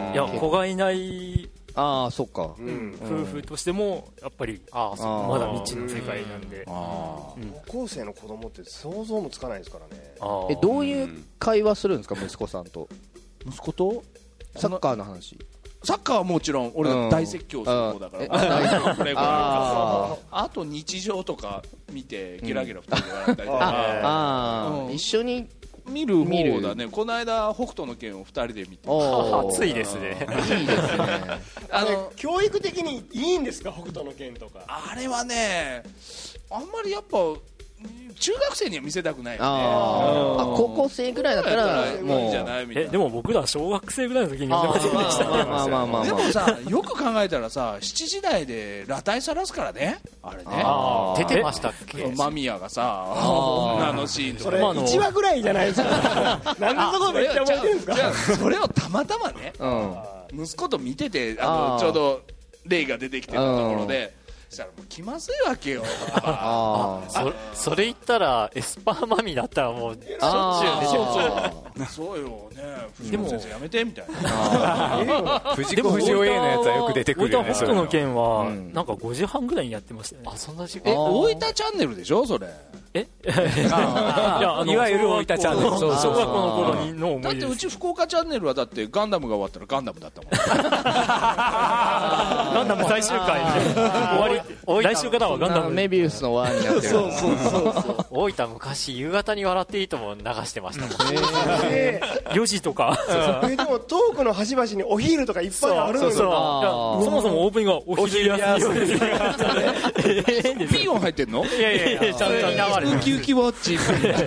[SPEAKER 1] いや子がいない
[SPEAKER 7] ああそっか、
[SPEAKER 1] 夫婦としてもやっぱりまだ未知の世界なんで、
[SPEAKER 6] 高校生の子供って想像もつかないですからね。
[SPEAKER 7] どういう会話するんですか息子さんと。
[SPEAKER 5] 息子と
[SPEAKER 7] サッカーの話。
[SPEAKER 5] サッカーはもちろん俺が大説教する方だからあと日常とか見てゲラゲラ2人で笑ったりとか
[SPEAKER 7] 一緒に
[SPEAKER 5] 見る方だね。この間北斗の拳を2人で見て
[SPEAKER 2] 熱いですね。
[SPEAKER 7] いいですね。
[SPEAKER 6] 教育的にいいんですか北斗の拳とか。
[SPEAKER 5] あれはねあんまりやっぱ中学生には見せたくないよね。
[SPEAKER 7] 高校生ぐらいだったら
[SPEAKER 5] もういいじゃないみたいな。
[SPEAKER 1] でも僕ら小学生ぐらいの時に読んでましたね。
[SPEAKER 5] でもさよく考えたらさ7時台で裸体さらすからねあれね。
[SPEAKER 2] 出てましたっけ。
[SPEAKER 5] 間宮がさ女のシーンとか
[SPEAKER 6] それ1話ぐらいじゃないですか。なんでそこめっちゃ覚えてるんですか。
[SPEAKER 5] それをたまたまね息子と見ててちょうどレイが出てきてたところでしたらもう気まずいわけよ。
[SPEAKER 2] それ言ったらエスパーマミだったらもうしょっちゅう出てます。
[SPEAKER 5] そうよね。藤本先生やめてみたいな。
[SPEAKER 3] 藤子不二雄 A のやつはよく出てくるよね。
[SPEAKER 1] 北斗の拳はなんか5時半ぐらいにやってましたね。
[SPEAKER 2] そんな時間。
[SPEAKER 5] 大分チャンネルでしょそれ。
[SPEAKER 3] いわゆる大分チャンネル。
[SPEAKER 1] 小学校の頃の思い出です。
[SPEAKER 5] だってうち福岡チャンネルはだってガンダムが終わったらガンダムだったもん。
[SPEAKER 1] ガンダム最終回終わり。来週からはガンダム
[SPEAKER 7] メビウスのワンになってる。
[SPEAKER 2] 大分昔夕方に笑っていいとも流してましたもん。
[SPEAKER 1] 4時とか。
[SPEAKER 6] でもトークの端々にお昼とかいっぱいあるのよ。
[SPEAKER 1] そもそもオープニングはお昼休み。
[SPEAKER 5] ピー音入ってんの？
[SPEAKER 1] いやちゃんと流れて
[SPEAKER 5] ウキウキウォッチ。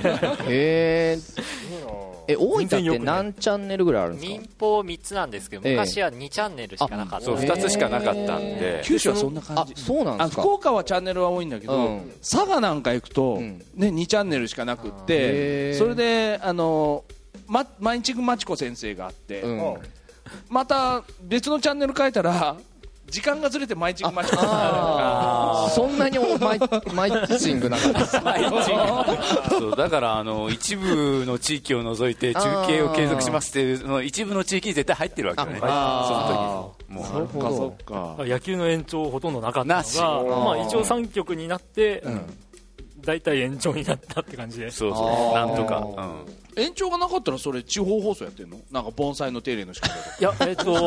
[SPEAKER 7] 大分って何チャンネルぐらいあるんですか？
[SPEAKER 2] 民放3つなんですけど昔は2チャンネルしかなかった。
[SPEAKER 3] そう2つしかなかったんで。
[SPEAKER 5] 九州はそんな感じ。
[SPEAKER 7] そうなんですか。
[SPEAKER 5] 福岡はチャンネルは多いんだけど佐賀なんか行くとね2チャンネルしかなくってそれで毎日まちこ先生があってまた別のチャンネル変えたら時間がずれて毎日マッチ
[SPEAKER 7] そんなにマイチングなかった
[SPEAKER 3] そうだから一部の地域を除いて中継を継続しますっていうその一部の地域に絶対入ってるわけよね。その時もう
[SPEAKER 5] そっか
[SPEAKER 1] 野球の延長ほとんどなかったのがまあ一応3局になって大体延長になったって感じで。
[SPEAKER 3] そうなんとか
[SPEAKER 5] 延長がなかったらそれ地方放送やってんの？なんか盆栽の手入れの仕方とか。
[SPEAKER 1] いや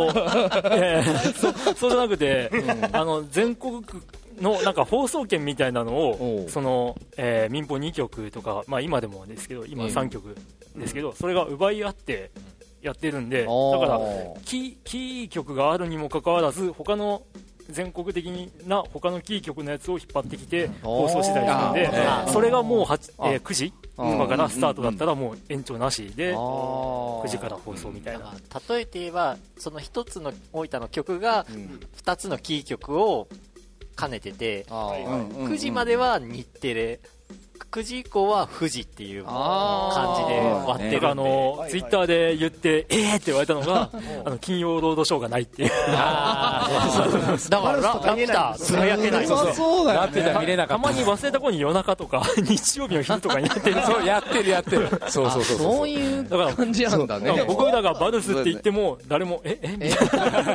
[SPEAKER 1] そうじゃなくて全国区のなんか放送権みたいなのをその民放2局とかまあ今でもですけど今3局ですけどそれが奪い合ってやってるんでだからキー局があるにもかかわらず他の全国的な他のキー局のやつを引っ張ってきて放送してたりするんでそれがもう9時とかからスタートだったらもう延長なしで9時から放送みたいな。
[SPEAKER 2] 例えて言えばその1つの大分の局が2つのキー局を兼ねてて9時までは日テレ 9時以降は富士っていう感じで割ってるんで、
[SPEAKER 1] ツイッターで言ってって言われたのが金曜ロードショーがないっていう。だ
[SPEAKER 2] からラピュタつぶやけない。
[SPEAKER 5] そうだよね。ラピュタ
[SPEAKER 1] 見れなかった。たまに忘れた頃に夜中とか日曜日の昼とかにやってる。
[SPEAKER 3] そうやってる。
[SPEAKER 7] そういう感じなんだね。
[SPEAKER 1] 僕らがバルスって言っても誰もみたいな。
[SPEAKER 5] だ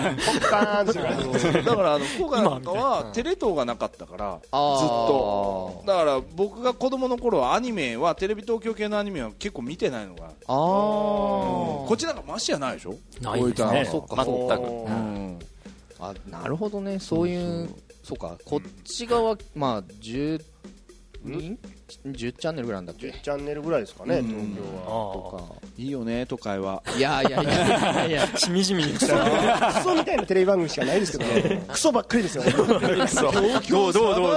[SPEAKER 5] から福岡なんかはテレ東がなかったからずっと。だから僕が子供の頃はアニメはテレビ東京系のアニメは結構見てないのが。こっちなんかマシやないでしょ。
[SPEAKER 1] ないですね。
[SPEAKER 7] そっか全く。なるほどね。そういうそうかこっち側まあ10チャンネルぐらいなんだっけ。
[SPEAKER 6] 10チャンネルぐらいですかね、東京は。
[SPEAKER 5] とかいいよね都会は。
[SPEAKER 7] いや
[SPEAKER 1] しみじみ
[SPEAKER 6] クソみたいなテレビ番組しかないですけどね。クソばっかりですよ。
[SPEAKER 1] どう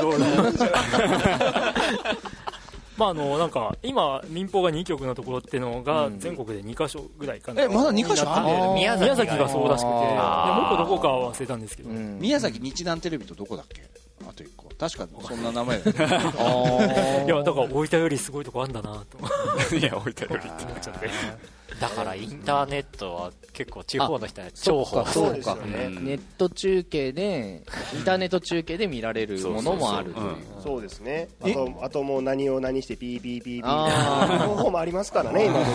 [SPEAKER 1] なんか今民放が2局のところっていうのが全国で2カ所ぐらいかな。
[SPEAKER 5] まだ2カ所ある。
[SPEAKER 1] 宮崎がそうらしくて、もう一個どこかは忘れたんですけど。
[SPEAKER 5] 宮崎日南テレビとどこだっけ。あと1個確かそんな名前だね。
[SPEAKER 1] いやだから大分よりすごいとこあるんだなと。
[SPEAKER 3] いや大分よりって思っちゃって。
[SPEAKER 2] だからインターネットは結構地方の人は重宝。
[SPEAKER 7] そうかネット中継でインターネット中継で見られるものもあるという。
[SPEAKER 6] そうですね。あともう何を何してピーピーピーピーの方もありますからね今ね。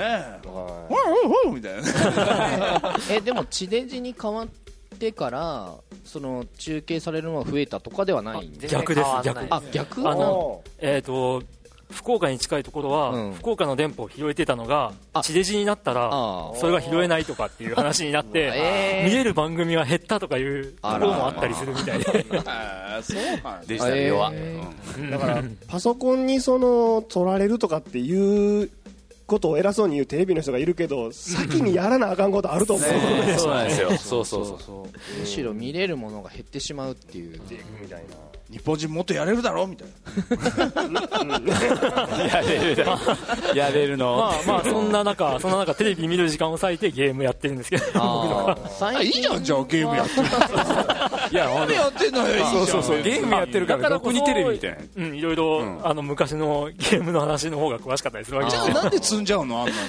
[SPEAKER 5] みたいな。
[SPEAKER 7] でも地デジに変わってからその中継されるのが増えたとかではないんです。
[SPEAKER 1] 逆です。
[SPEAKER 7] 逆。
[SPEAKER 1] 福岡に近いところは、福岡の電波を拾えてたのが地デジになったらそれが拾えないとかっていう話になって、見れる番組は減ったとかいうところもあったりするみたいで。
[SPEAKER 5] そう
[SPEAKER 3] でしたね。
[SPEAKER 6] だからパソコンに取られるとかっていうことを偉そうに言うテレビの人がいるけど、先にやらなあかんことあると思う。
[SPEAKER 3] そうなんですよ。そう
[SPEAKER 7] むしろ見れるものが減ってしまうっていう
[SPEAKER 6] みたいな。
[SPEAKER 5] 日本人もっとやれるだろみたいな。
[SPEAKER 3] やれるの。
[SPEAKER 1] まあそんな中テレビ見る時間を割いてゲームやってるんですけど。
[SPEAKER 5] いいじゃんじゃあゲームやってる。
[SPEAKER 3] いや
[SPEAKER 5] ゲームやってんのよ。
[SPEAKER 3] そうゲームやってるからどこにテレビみたいな。
[SPEAKER 1] いろいろ昔のゲームの話の方が詳しかったりするわけ
[SPEAKER 5] じゃあなんで積んじゃうのあんな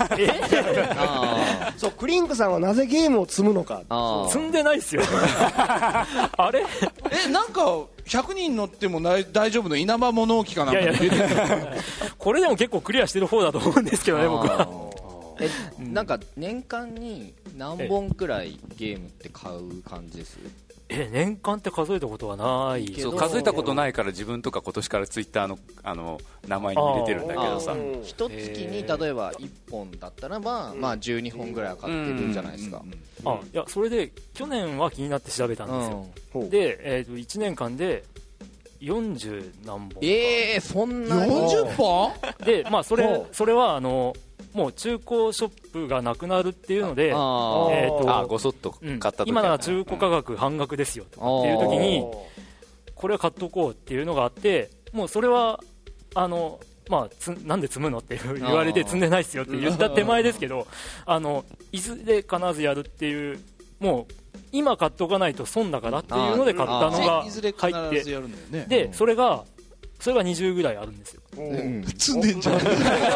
[SPEAKER 6] の。そうクリンクさんはなぜゲームを積むのか。
[SPEAKER 1] 積んでないっすよ。あれ
[SPEAKER 5] なんか100人乗っても大丈夫の稲葉物置かなんか出てくる。
[SPEAKER 1] これでも結構クリアしてる方だと思うんですけどね僕は。
[SPEAKER 7] なんか年間に何本くらいゲームって買う感じです？
[SPEAKER 1] 年間って数えたことはないけど、
[SPEAKER 3] 数えたことないから自分とか今年からツイッターの名前に入れてるんだけどさ、
[SPEAKER 7] 一月に例えば1本だったらば、まあ12本ぐらいは買ってるじゃないですか。
[SPEAKER 1] いやそれで去年は気になって調べたんですよ。で、1年間で40何本。
[SPEAKER 7] そんな
[SPEAKER 5] 40本
[SPEAKER 1] で、まあそれはもう中古ショップがなくなるっていうので、
[SPEAKER 3] ごそっと買った時、
[SPEAKER 1] 今なら中古価格半額ですよとかっていう時にこれは買っとこうっていうのがあって、もうそれはなんで積むのって言われて積んでないですよって言った手前ですけど、いずれ必ずやるっていう、もう今買っとかないと損だからっていうので買ったのが入って、でそれが20ぐらいあるんですよ。
[SPEAKER 5] 積んでんじゃん。い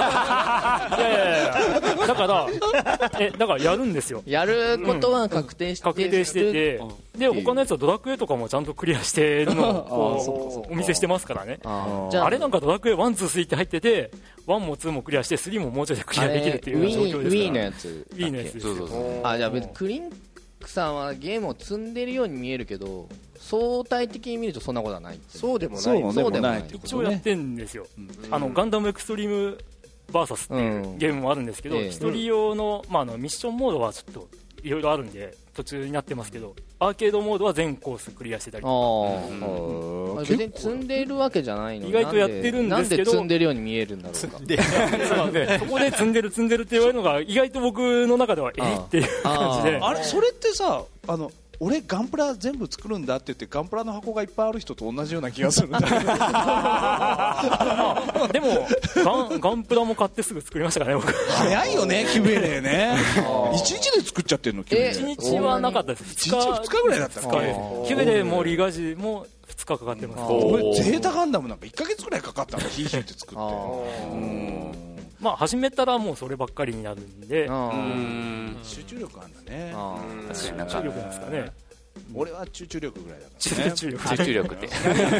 [SPEAKER 1] やだからやるんですよ。
[SPEAKER 7] やることは確定して
[SPEAKER 1] て、で他のやつはドラクエとかもちゃんとクリアしてるのをお見せしてますからね。あれなんかドラクエ1、2、3って入ってて、1も2もクリアして3ももうちょいでクリアできるっていう状況ですから。
[SPEAKER 7] Wii のやつ。
[SPEAKER 1] Wii のやつですよ。
[SPEAKER 7] じゃあ別にクリンクさんはゲームを積んでるように見えるけど、相対的に見るとそんなことはない。
[SPEAKER 6] そうでもない。
[SPEAKER 1] 一応やってんですよ。ガンダムエクストリームバーサスっていうゲームもあるんですけど、一人用のミッションモードはちょっといろいろあるんで途中になってますけど、アーケードモードは全コースクリアしてたりとか。
[SPEAKER 7] 別に積んでるわけじゃないのに
[SPEAKER 1] 意外とやってるんですけど、
[SPEAKER 7] なんで積んでるように見えるんだろうか。
[SPEAKER 1] そこで積んでるって言われるのが意外と僕の中ではっていう感じで。
[SPEAKER 5] あれそれってさ俺ガンプラ全部作るんだって言ってガンプラの箱がいっぱいある人と同じような気がするんだけど
[SPEAKER 1] でもガンプラも買ってすぐ作りましたからね僕。
[SPEAKER 5] 早いよねキュベレーね1日で作っちゃってるのキュベレー。
[SPEAKER 1] 1日はなかったです。
[SPEAKER 5] 2日ぐらいだったの。
[SPEAKER 1] キュベレーもリガジも2日かかってます。
[SPEAKER 5] 俺ゼータガンダムなんか1ヶ月ぐらいかかったのヒーヒーって作って
[SPEAKER 1] まあ始めたらもうそればっかりになるんで
[SPEAKER 5] 集中力あるんだね。
[SPEAKER 1] 集中力なんですかね。
[SPEAKER 5] 俺は集中力ぐらいだ
[SPEAKER 1] からね。集
[SPEAKER 2] 中力って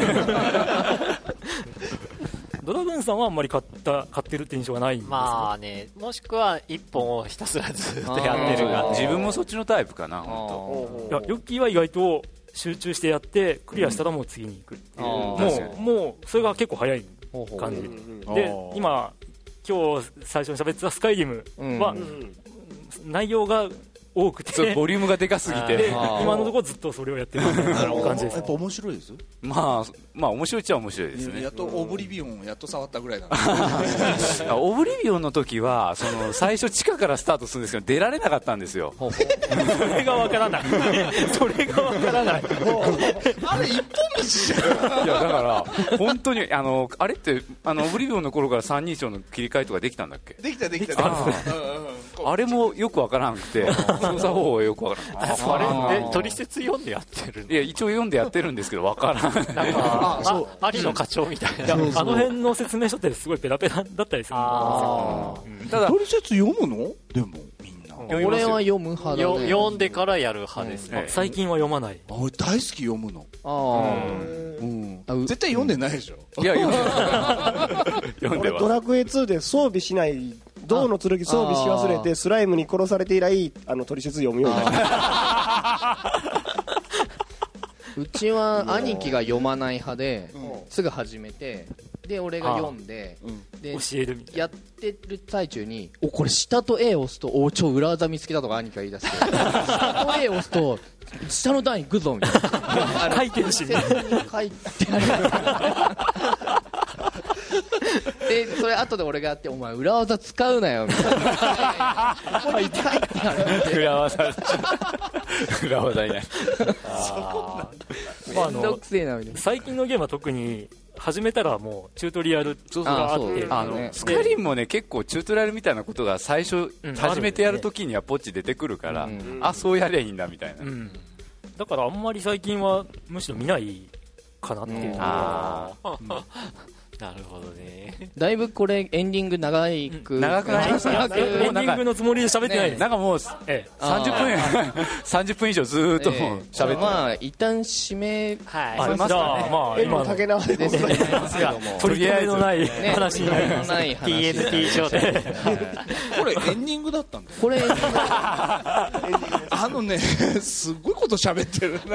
[SPEAKER 1] ドラグーンさんはあんまり買ってるって印象がないんですか。
[SPEAKER 2] まあね、もしくは1本をひたすらずっとやってるが。
[SPEAKER 3] 自分もそっちのタイプかな。本
[SPEAKER 1] 当。いやヨッキーは意外と集中してやってクリアしたらもう次に行くっていう、もうそれが結構早い感じで、今日最初に喋ってたスカイリムは内容が多くて
[SPEAKER 3] ボリュームがでかすぎて
[SPEAKER 1] 今のところずっとそれをやってる感じです。
[SPEAKER 5] やっぱ面白いです。
[SPEAKER 3] まあ面白いっちゃ面白いですね。
[SPEAKER 5] やっとオブリビオンをやっと触ったぐらいなんで
[SPEAKER 3] オブリビオンの時はその最初地下からスタートするんですけど出られなかったんですよ。
[SPEAKER 1] それがわからないそれがわからない
[SPEAKER 5] あれ一本道じゃん。
[SPEAKER 3] いやだから本当にあれってオブリビオンの頃から三人称の切り替えとかできたんだっけ。
[SPEAKER 5] できた
[SPEAKER 3] あれもよくわからなくて操作方法はよくわからない。
[SPEAKER 2] あれ取説読んでやってる。
[SPEAKER 3] いや一応読んでやってるんですけどわからない。
[SPEAKER 2] なんか有野課長みたいな。
[SPEAKER 1] あの辺の説明書ってすごいペラペラだったりするんですよ。
[SPEAKER 5] ただ取説読むの？でもみんな。
[SPEAKER 7] 俺は読む派だね。
[SPEAKER 2] 読んでからやる派ですね。
[SPEAKER 1] 最近は読まない。
[SPEAKER 5] 俺大好き読むの。絶対読んでないでしょ。
[SPEAKER 3] いや読んでは。
[SPEAKER 6] ドラクエ2で装備しない銅の剣装備し忘れてスライムに殺されて以来取説読むようになりました。
[SPEAKER 7] うちは兄貴が読まない派ですぐ始めて、で俺が読んで、で
[SPEAKER 1] 教えるみたいな。
[SPEAKER 7] やってる最中にこれ下と A 押すと超裏技見つけたとか兄貴が言い出して下と A 押すと下の段行くぞみたいな
[SPEAKER 1] 書いてるし
[SPEAKER 7] 書いてあるでそれ後で俺がやってお前裏技使うなよみたいなここに書いてある
[SPEAKER 3] 裏技になる。
[SPEAKER 7] めんどくせえなみたいな。
[SPEAKER 1] 最近のゲームは特に始めたらもうチュートリアルがあって
[SPEAKER 3] スカイリムもね結構チュートリアルみたいなことが最初初めてやるときにはポッチ出てくるから、そうやりゃいいんだみたいな。
[SPEAKER 1] だからあんまり最近はむしろ見ないかなっていう。
[SPEAKER 2] なるほどね。
[SPEAKER 7] だいぶこれエンディング長く
[SPEAKER 3] なりました。
[SPEAKER 1] エンディングのつもりで喋ってないです。
[SPEAKER 3] なんかもう30分以上ずーっと喋って。
[SPEAKER 7] まあ一旦締め
[SPEAKER 1] ますかね。まあ今
[SPEAKER 6] 竹縄でですね。
[SPEAKER 1] 取り留めのない話になります。
[SPEAKER 2] TNT 状態。
[SPEAKER 5] これエンディングだったんだよ。
[SPEAKER 7] これ
[SPEAKER 5] すごいこと喋ってる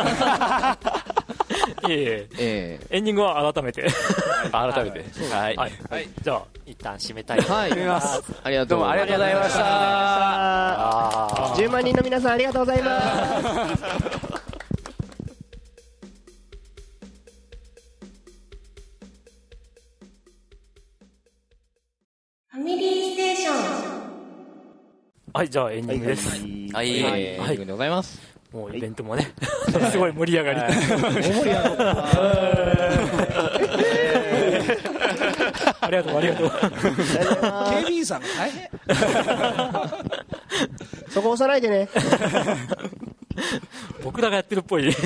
[SPEAKER 1] エンディングは改めて
[SPEAKER 3] はい、
[SPEAKER 1] じゃあ
[SPEAKER 2] 一旦締めたいと
[SPEAKER 7] 思います。ありがとう
[SPEAKER 3] ございました。
[SPEAKER 6] 10万人の皆さんありがとうございます。
[SPEAKER 4] ファミリーステーション。
[SPEAKER 1] はい、じゃあエンディングです。
[SPEAKER 7] エンディングでございます。
[SPEAKER 1] もうイベントもねすごい盛り上がりありがとう
[SPEAKER 5] 警備員さんが大変
[SPEAKER 6] そこ押さないでね
[SPEAKER 1] 僕らがやってるっぽい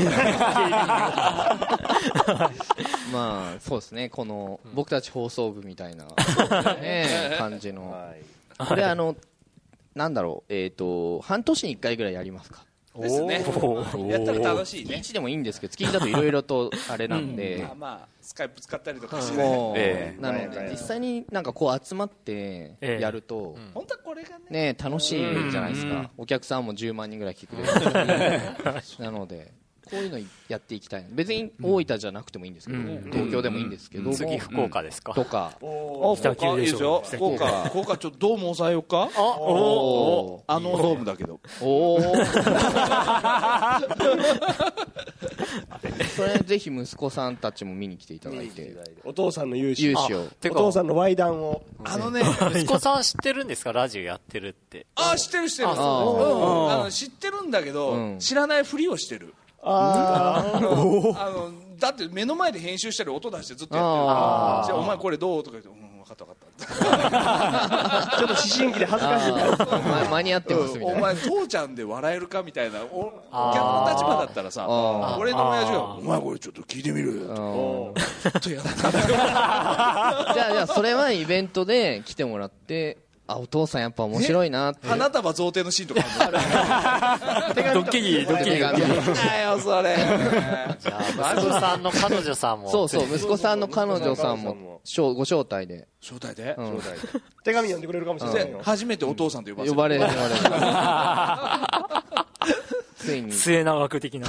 [SPEAKER 7] まあそうですね、この僕たち放送部みたいな感じのこれなんだろう半年に1回ぐらいやりますか
[SPEAKER 5] ですね。やったら楽しいね。
[SPEAKER 7] 1でもいいんですけど月1だといろいろとあれなんで
[SPEAKER 5] まあスカイプ使ったりとかして
[SPEAKER 7] なので実際になんかこう集まってやると
[SPEAKER 5] 本当はこれが
[SPEAKER 7] ね楽しいじゃないですか。お客さんも10万人ぐらい来てくれるなのでこういうのやっていきたい。別に大分じゃなくてもいいんですけど東京でもいいんですけど
[SPEAKER 2] 次福岡ですか
[SPEAKER 7] とか
[SPEAKER 1] 北九でしょ。
[SPEAKER 5] 福岡ちょっとドーム抑えようか。ドームだけど
[SPEAKER 7] それぜひ息子さんたちも見に来ていただいて、
[SPEAKER 6] お父さんの勇姿
[SPEAKER 7] を、
[SPEAKER 6] お父さんのワイダンを。
[SPEAKER 2] 息子さん知ってるんですか、ラジオやってるって。
[SPEAKER 5] 知ってる知ってる。知ってるんだけど、知らないふりをしてる。だって目の前で編集したり音出してずっとやってる。お前これどうとか言って、分かった分かった。
[SPEAKER 6] ちょっと思春期で恥ずかしい。
[SPEAKER 7] 間に合ってますみたいな。
[SPEAKER 5] お前父ちゃんで笑えるかみたいな、逆の立場だったらさ、俺の親父がお前これちょっと聞いてみるよ。ちょっとやだったんだけど。じ
[SPEAKER 7] ゃあそれはイベントで来てもらって。お父さんやっぱ面白いなって。
[SPEAKER 5] 花束贈呈のシーンとかある。
[SPEAKER 1] ドッキリが。
[SPEAKER 5] だよそれ。
[SPEAKER 2] じゃあ息子さんの彼女さんも。
[SPEAKER 7] そうそう、息子さんの彼女さんもご招待で。
[SPEAKER 5] 招待で。
[SPEAKER 6] 手紙読んでくれるかもしれない。
[SPEAKER 5] 初めてお父さんと
[SPEAKER 7] 呼ばれる。ついに。
[SPEAKER 1] 末永く的な。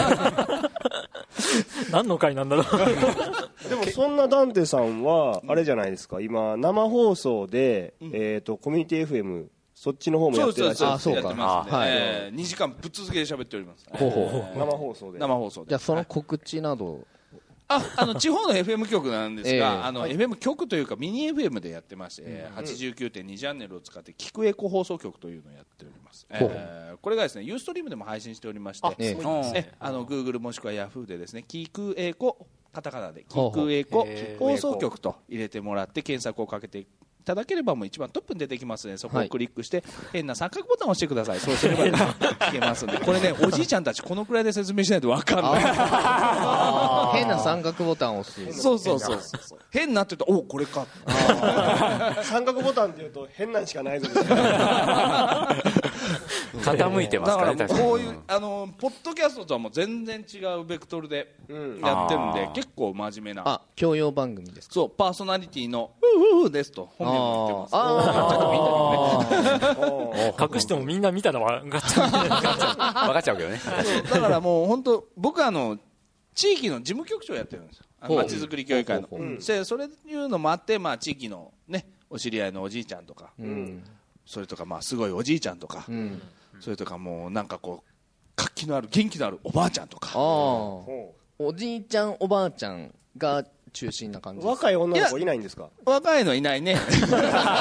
[SPEAKER 1] 何の回なんだろう。
[SPEAKER 6] でもそんなダンテさんはあれじゃないですか、今生放送でコミュニティ FM そっちの方もやってらっしゃる。
[SPEAKER 5] そうか。2時間ぶっ続けで喋っております。
[SPEAKER 6] 生放送で。
[SPEAKER 5] 生放送で。
[SPEAKER 7] じゃあその告知など。
[SPEAKER 5] 地方の FM 局なんですが、FM 局というかミニ FM でやってまして、89.2 チャンネルを使って聞くエコ放送局というのをやっております。これがですね、ユーストリームでも配信しておりまして、Google もしくは Yahoo でですね、聞くエコカタカナで聞くエコ放送局と入れてもらって検索をかけていただければもう一番トップに出てきますので、そこをクリックして変な三角ボタンを押してください。そうすれば聞けますんで、これねおじいちゃんたちこのくらいで説明しないと分かんない。
[SPEAKER 7] 変な三角ボタンを押す。
[SPEAKER 5] そう変なって言うとおこれか。
[SPEAKER 6] 三角ボタンって言うと変なんしかないぞ。
[SPEAKER 3] 傾いてますからね。
[SPEAKER 5] だからこういうポッドキャストとはもう全然違うベクトルでやってるんで、結構真面目な
[SPEAKER 7] 教養番組ですか。
[SPEAKER 5] そう、パーソナリティのですと本名も言ってます。
[SPEAKER 1] 隠してもみんな見たら分かっちゃうけどね。
[SPEAKER 5] だからもう本当僕地域の事務局長やってるんですよ。まちづくり協議会の。それいうのもあって、地域のねお知り合いのおじいちゃんとか、それとかすごいおじいちゃんとか、それとかもうなんかこう活気のある元気のあるおばあちゃんとか。
[SPEAKER 7] おじいちゃんおばあちゃんが中心な感じです。
[SPEAKER 6] 若い女の子いないんですか。
[SPEAKER 5] 若いのいないね。だ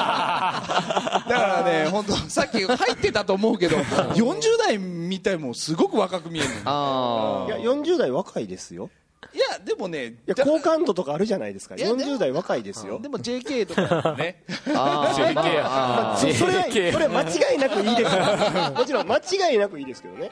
[SPEAKER 5] からね本当さっき入ってたと思うけど40代みたいもすごく若く見える。いや
[SPEAKER 6] 40代若いですよ。
[SPEAKER 5] いやでもね
[SPEAKER 6] 好感度とかあるじゃないですか。40代若いですよ。
[SPEAKER 5] でも JK とかね。
[SPEAKER 6] それ間違いなくいいですよ。もちろん間違いなくいいですけどね。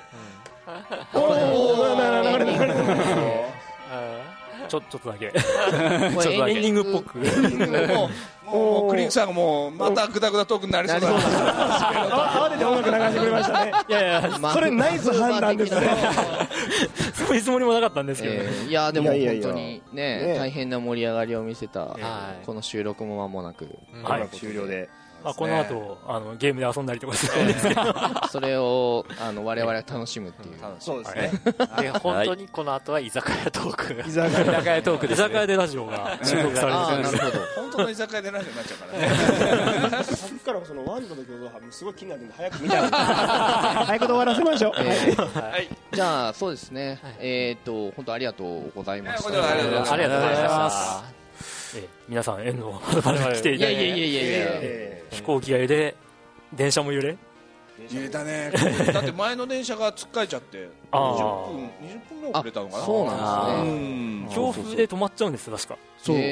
[SPEAKER 1] ちょっとだけエンディングっぽく。
[SPEAKER 5] もうクリックさんがもうまたグダグダトークになりそうだ。
[SPEAKER 6] 慌てて音楽流してくれましたね。いやそれナイス判断ですね。
[SPEAKER 1] そういうつもりもなかったんですけど。
[SPEAKER 7] いやでも本当にね大変な盛り上がりを見せたこの収録も間もなく
[SPEAKER 6] 終了で。
[SPEAKER 1] この後ゲームで遊んだりとかするんですけど、
[SPEAKER 7] それを我々は楽しむっていう。
[SPEAKER 6] そうですね。
[SPEAKER 2] で本当にこの後は居酒屋トーク。
[SPEAKER 6] 居酒屋トークです。
[SPEAKER 1] 居酒屋でラジオが収録されてる。
[SPEAKER 5] なるほど。本当の居酒屋でラジオになっちゃうからね。
[SPEAKER 6] さっきからそのワンダの共同派すごい気になるんで早く見たい。早く終わらせましょう。
[SPEAKER 7] じゃあそうですね。本当ありがとうございました。
[SPEAKER 5] ありがとうござい
[SPEAKER 1] ます。皆さん縁の我々来ていただいて、飛行機が揺れ電車も揺れ
[SPEAKER 5] たね。だって前の電車がつっかえちゃって20分ぐらい遅れたのかな。
[SPEAKER 7] そうなんですね。
[SPEAKER 1] 強風で止まっちゃうんです確か。
[SPEAKER 5] そう。
[SPEAKER 1] そう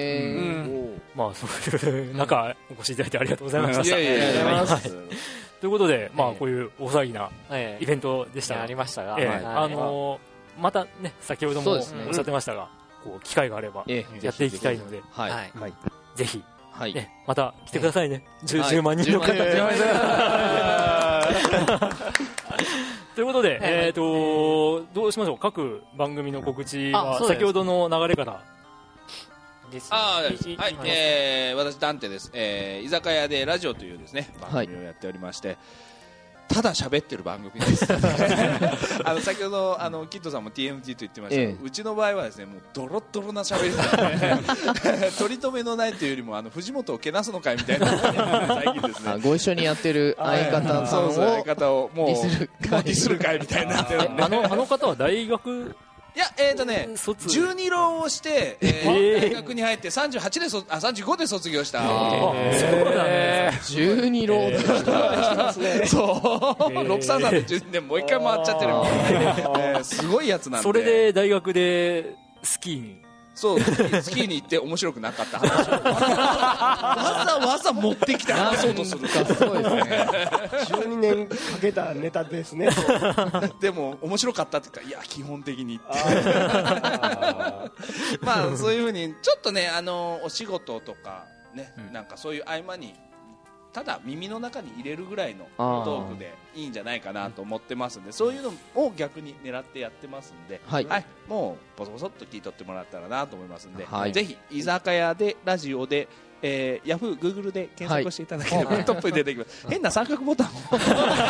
[SPEAKER 1] いう中お越しいただいてありがとうございました。ということでこういう大騒ぎなイベントでしたが、
[SPEAKER 2] ありましたが、
[SPEAKER 1] またね先ほどもおっしゃってましたが、機会があればやっていきたいので、ぜひまた来てくださいね。10万人の方。ということでどうしましょう。各番組の告知は先ほどの流れから
[SPEAKER 5] ですね。はい、私ダンテです。居酒屋でラジオというですね番組をやっておりまして、ただ喋ってる番組です。先ほどキッドさんも TMT と言ってましたけど、うちの場合はですねもうドロッドロな喋りで取り留めのないというよりも藤本をけなすのかいみたいな最近ですね。
[SPEAKER 7] ご一緒にやってる相方さんを
[SPEAKER 5] 相方をもうディスる会みたいになってるんで。
[SPEAKER 1] あの方は大学
[SPEAKER 5] いや12浪をして、大学に入って35で卒業した。
[SPEAKER 7] 12浪で
[SPEAKER 5] そう633で12年もう一回回っちゃってるみたいな、すごいやつなんで。
[SPEAKER 1] それで大学でスキーに
[SPEAKER 5] そうスキーに行って面白くなかった話をわざわざ持ってきて話そうとする
[SPEAKER 7] か。そうですね。
[SPEAKER 6] 12年かけたネタですね。
[SPEAKER 5] でも面白かったって言ったら、いや基本的にってまあそういうふうにちょっとねお仕事とかね、なんかそういう合間にただ耳の中に入れるぐらいのトークでいいんじゃないかなと思ってますんで、そういうのを逆に狙ってやってますんで、もうボソボソっと聞いとってもらったらなと思いますんで、ぜひ居酒屋でラジオでヤフー、グーグルで検索していただければ、トップに出てきます。変な三角ボタンをすい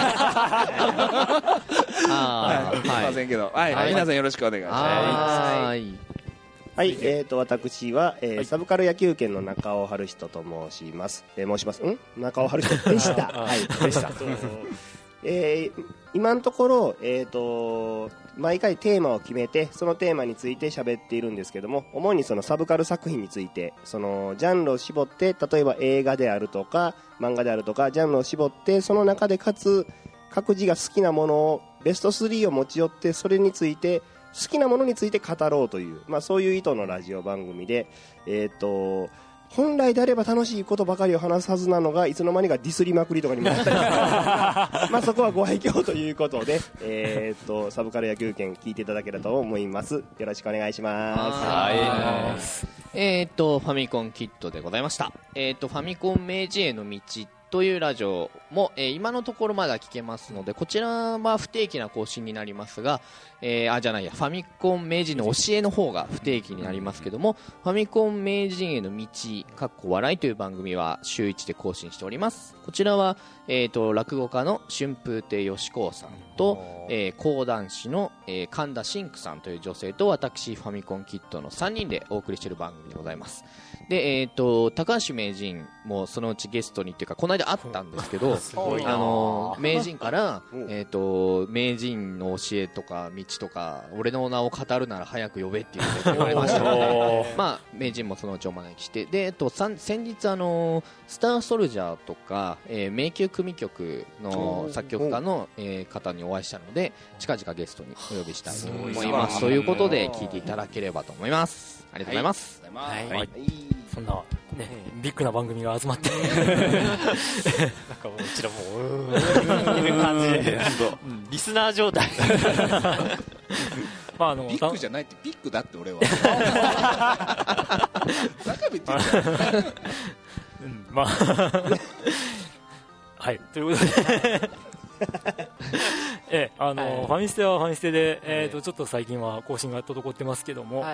[SPEAKER 5] ませんけど、皆さんよろしくお願いします。
[SPEAKER 6] はい、私は、サブカル野球拳の中尾春人と申します。中尾春人でした。はい、でした。今のところ、毎回テーマを決めて、そのテーマについて喋っているんですけども、主にそのサブカル作品について、そのジャンルを絞って、例えば映画であるとか、漫画であるとか、ジャンルを絞って、その中でかつ、各自が好きなものを、ベスト3を持ち寄って、それについて、好きなものについて語ろうという、そういう意図のラジオ番組で、本来であれば楽しいことばかりを話すはずなのが、いつの間にかディスりまくりとかにもなったりそこはご愛嬌ということで、サブカル野球拳聞いていただければと思います。よろしくお願いします。
[SPEAKER 7] ファミコンキットでございました。ファミコン明治への道というラジオも、今のところまだ聞けますので、こちらは不定期な更新になりますが、ファミコン名人の教えの方が不定期になりますけども、ファミコン名人への道笑いという番組は週1で更新しております。こちらは、落語家の春風亭吉光さんと、講談師の、神田真久さんという女性と、私ファミコンキットの3人でお送りしている番組でございます。で、高橋名人もそのうちゲストにっていうか、この間会ったんですけど、名人から、名人の教えとか道とか、俺の名を語るなら早く呼べって言われましたので、名人もそのうちお招きして、で、先日スターソルジャーとか、迷宮組曲の作曲家の、方にお会いしたので、近々ゲストにお呼びしたいと思います。ということで、聞いていただければと思います。ありがとうございます。
[SPEAKER 1] そんなね、ビッグな番組が集まってなんかもううちらもういう感じでリスナー状態
[SPEAKER 5] ビッグじゃないってビッグだって俺は中身って言っ
[SPEAKER 1] はいということでファミステはファミステで、ちょっと最近は更新が滞ってますけども、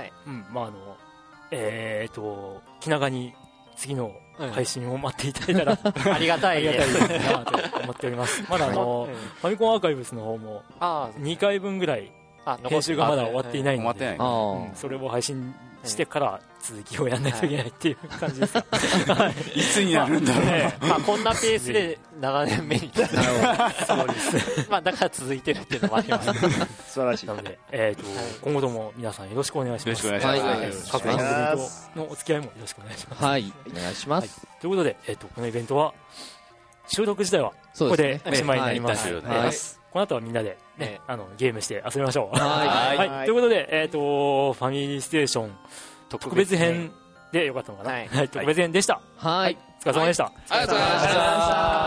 [SPEAKER 1] 気長に次の配信を待っていただいたら、
[SPEAKER 2] ありがたいな
[SPEAKER 1] と思っております。まだファミコンアーカイブスの方も2回分ぐらい編集がまだ終わっていないので、それを配信してから続きをやらないといけないっていう感じです。
[SPEAKER 3] いつになるんだろうね。
[SPEAKER 2] こんなペースで7年目にそうですだから続いてるっていうのもあります。
[SPEAKER 6] 素晴らしい。
[SPEAKER 1] なので、今後とも皆さんよろしくお願いします。
[SPEAKER 3] よろしくお願いします。
[SPEAKER 1] 各番組とのお付き合いもよろしくお願いします。
[SPEAKER 7] はい、お願いします。
[SPEAKER 1] ということで、このイベントは収録自体はここでおしまいになります。この後はみんなでゲームして遊びましょう。はい。ということで、ファミリーステーション特別編でよかったのかな。特別編でした。はい。お疲れ様でした。
[SPEAKER 5] ありがとうございました。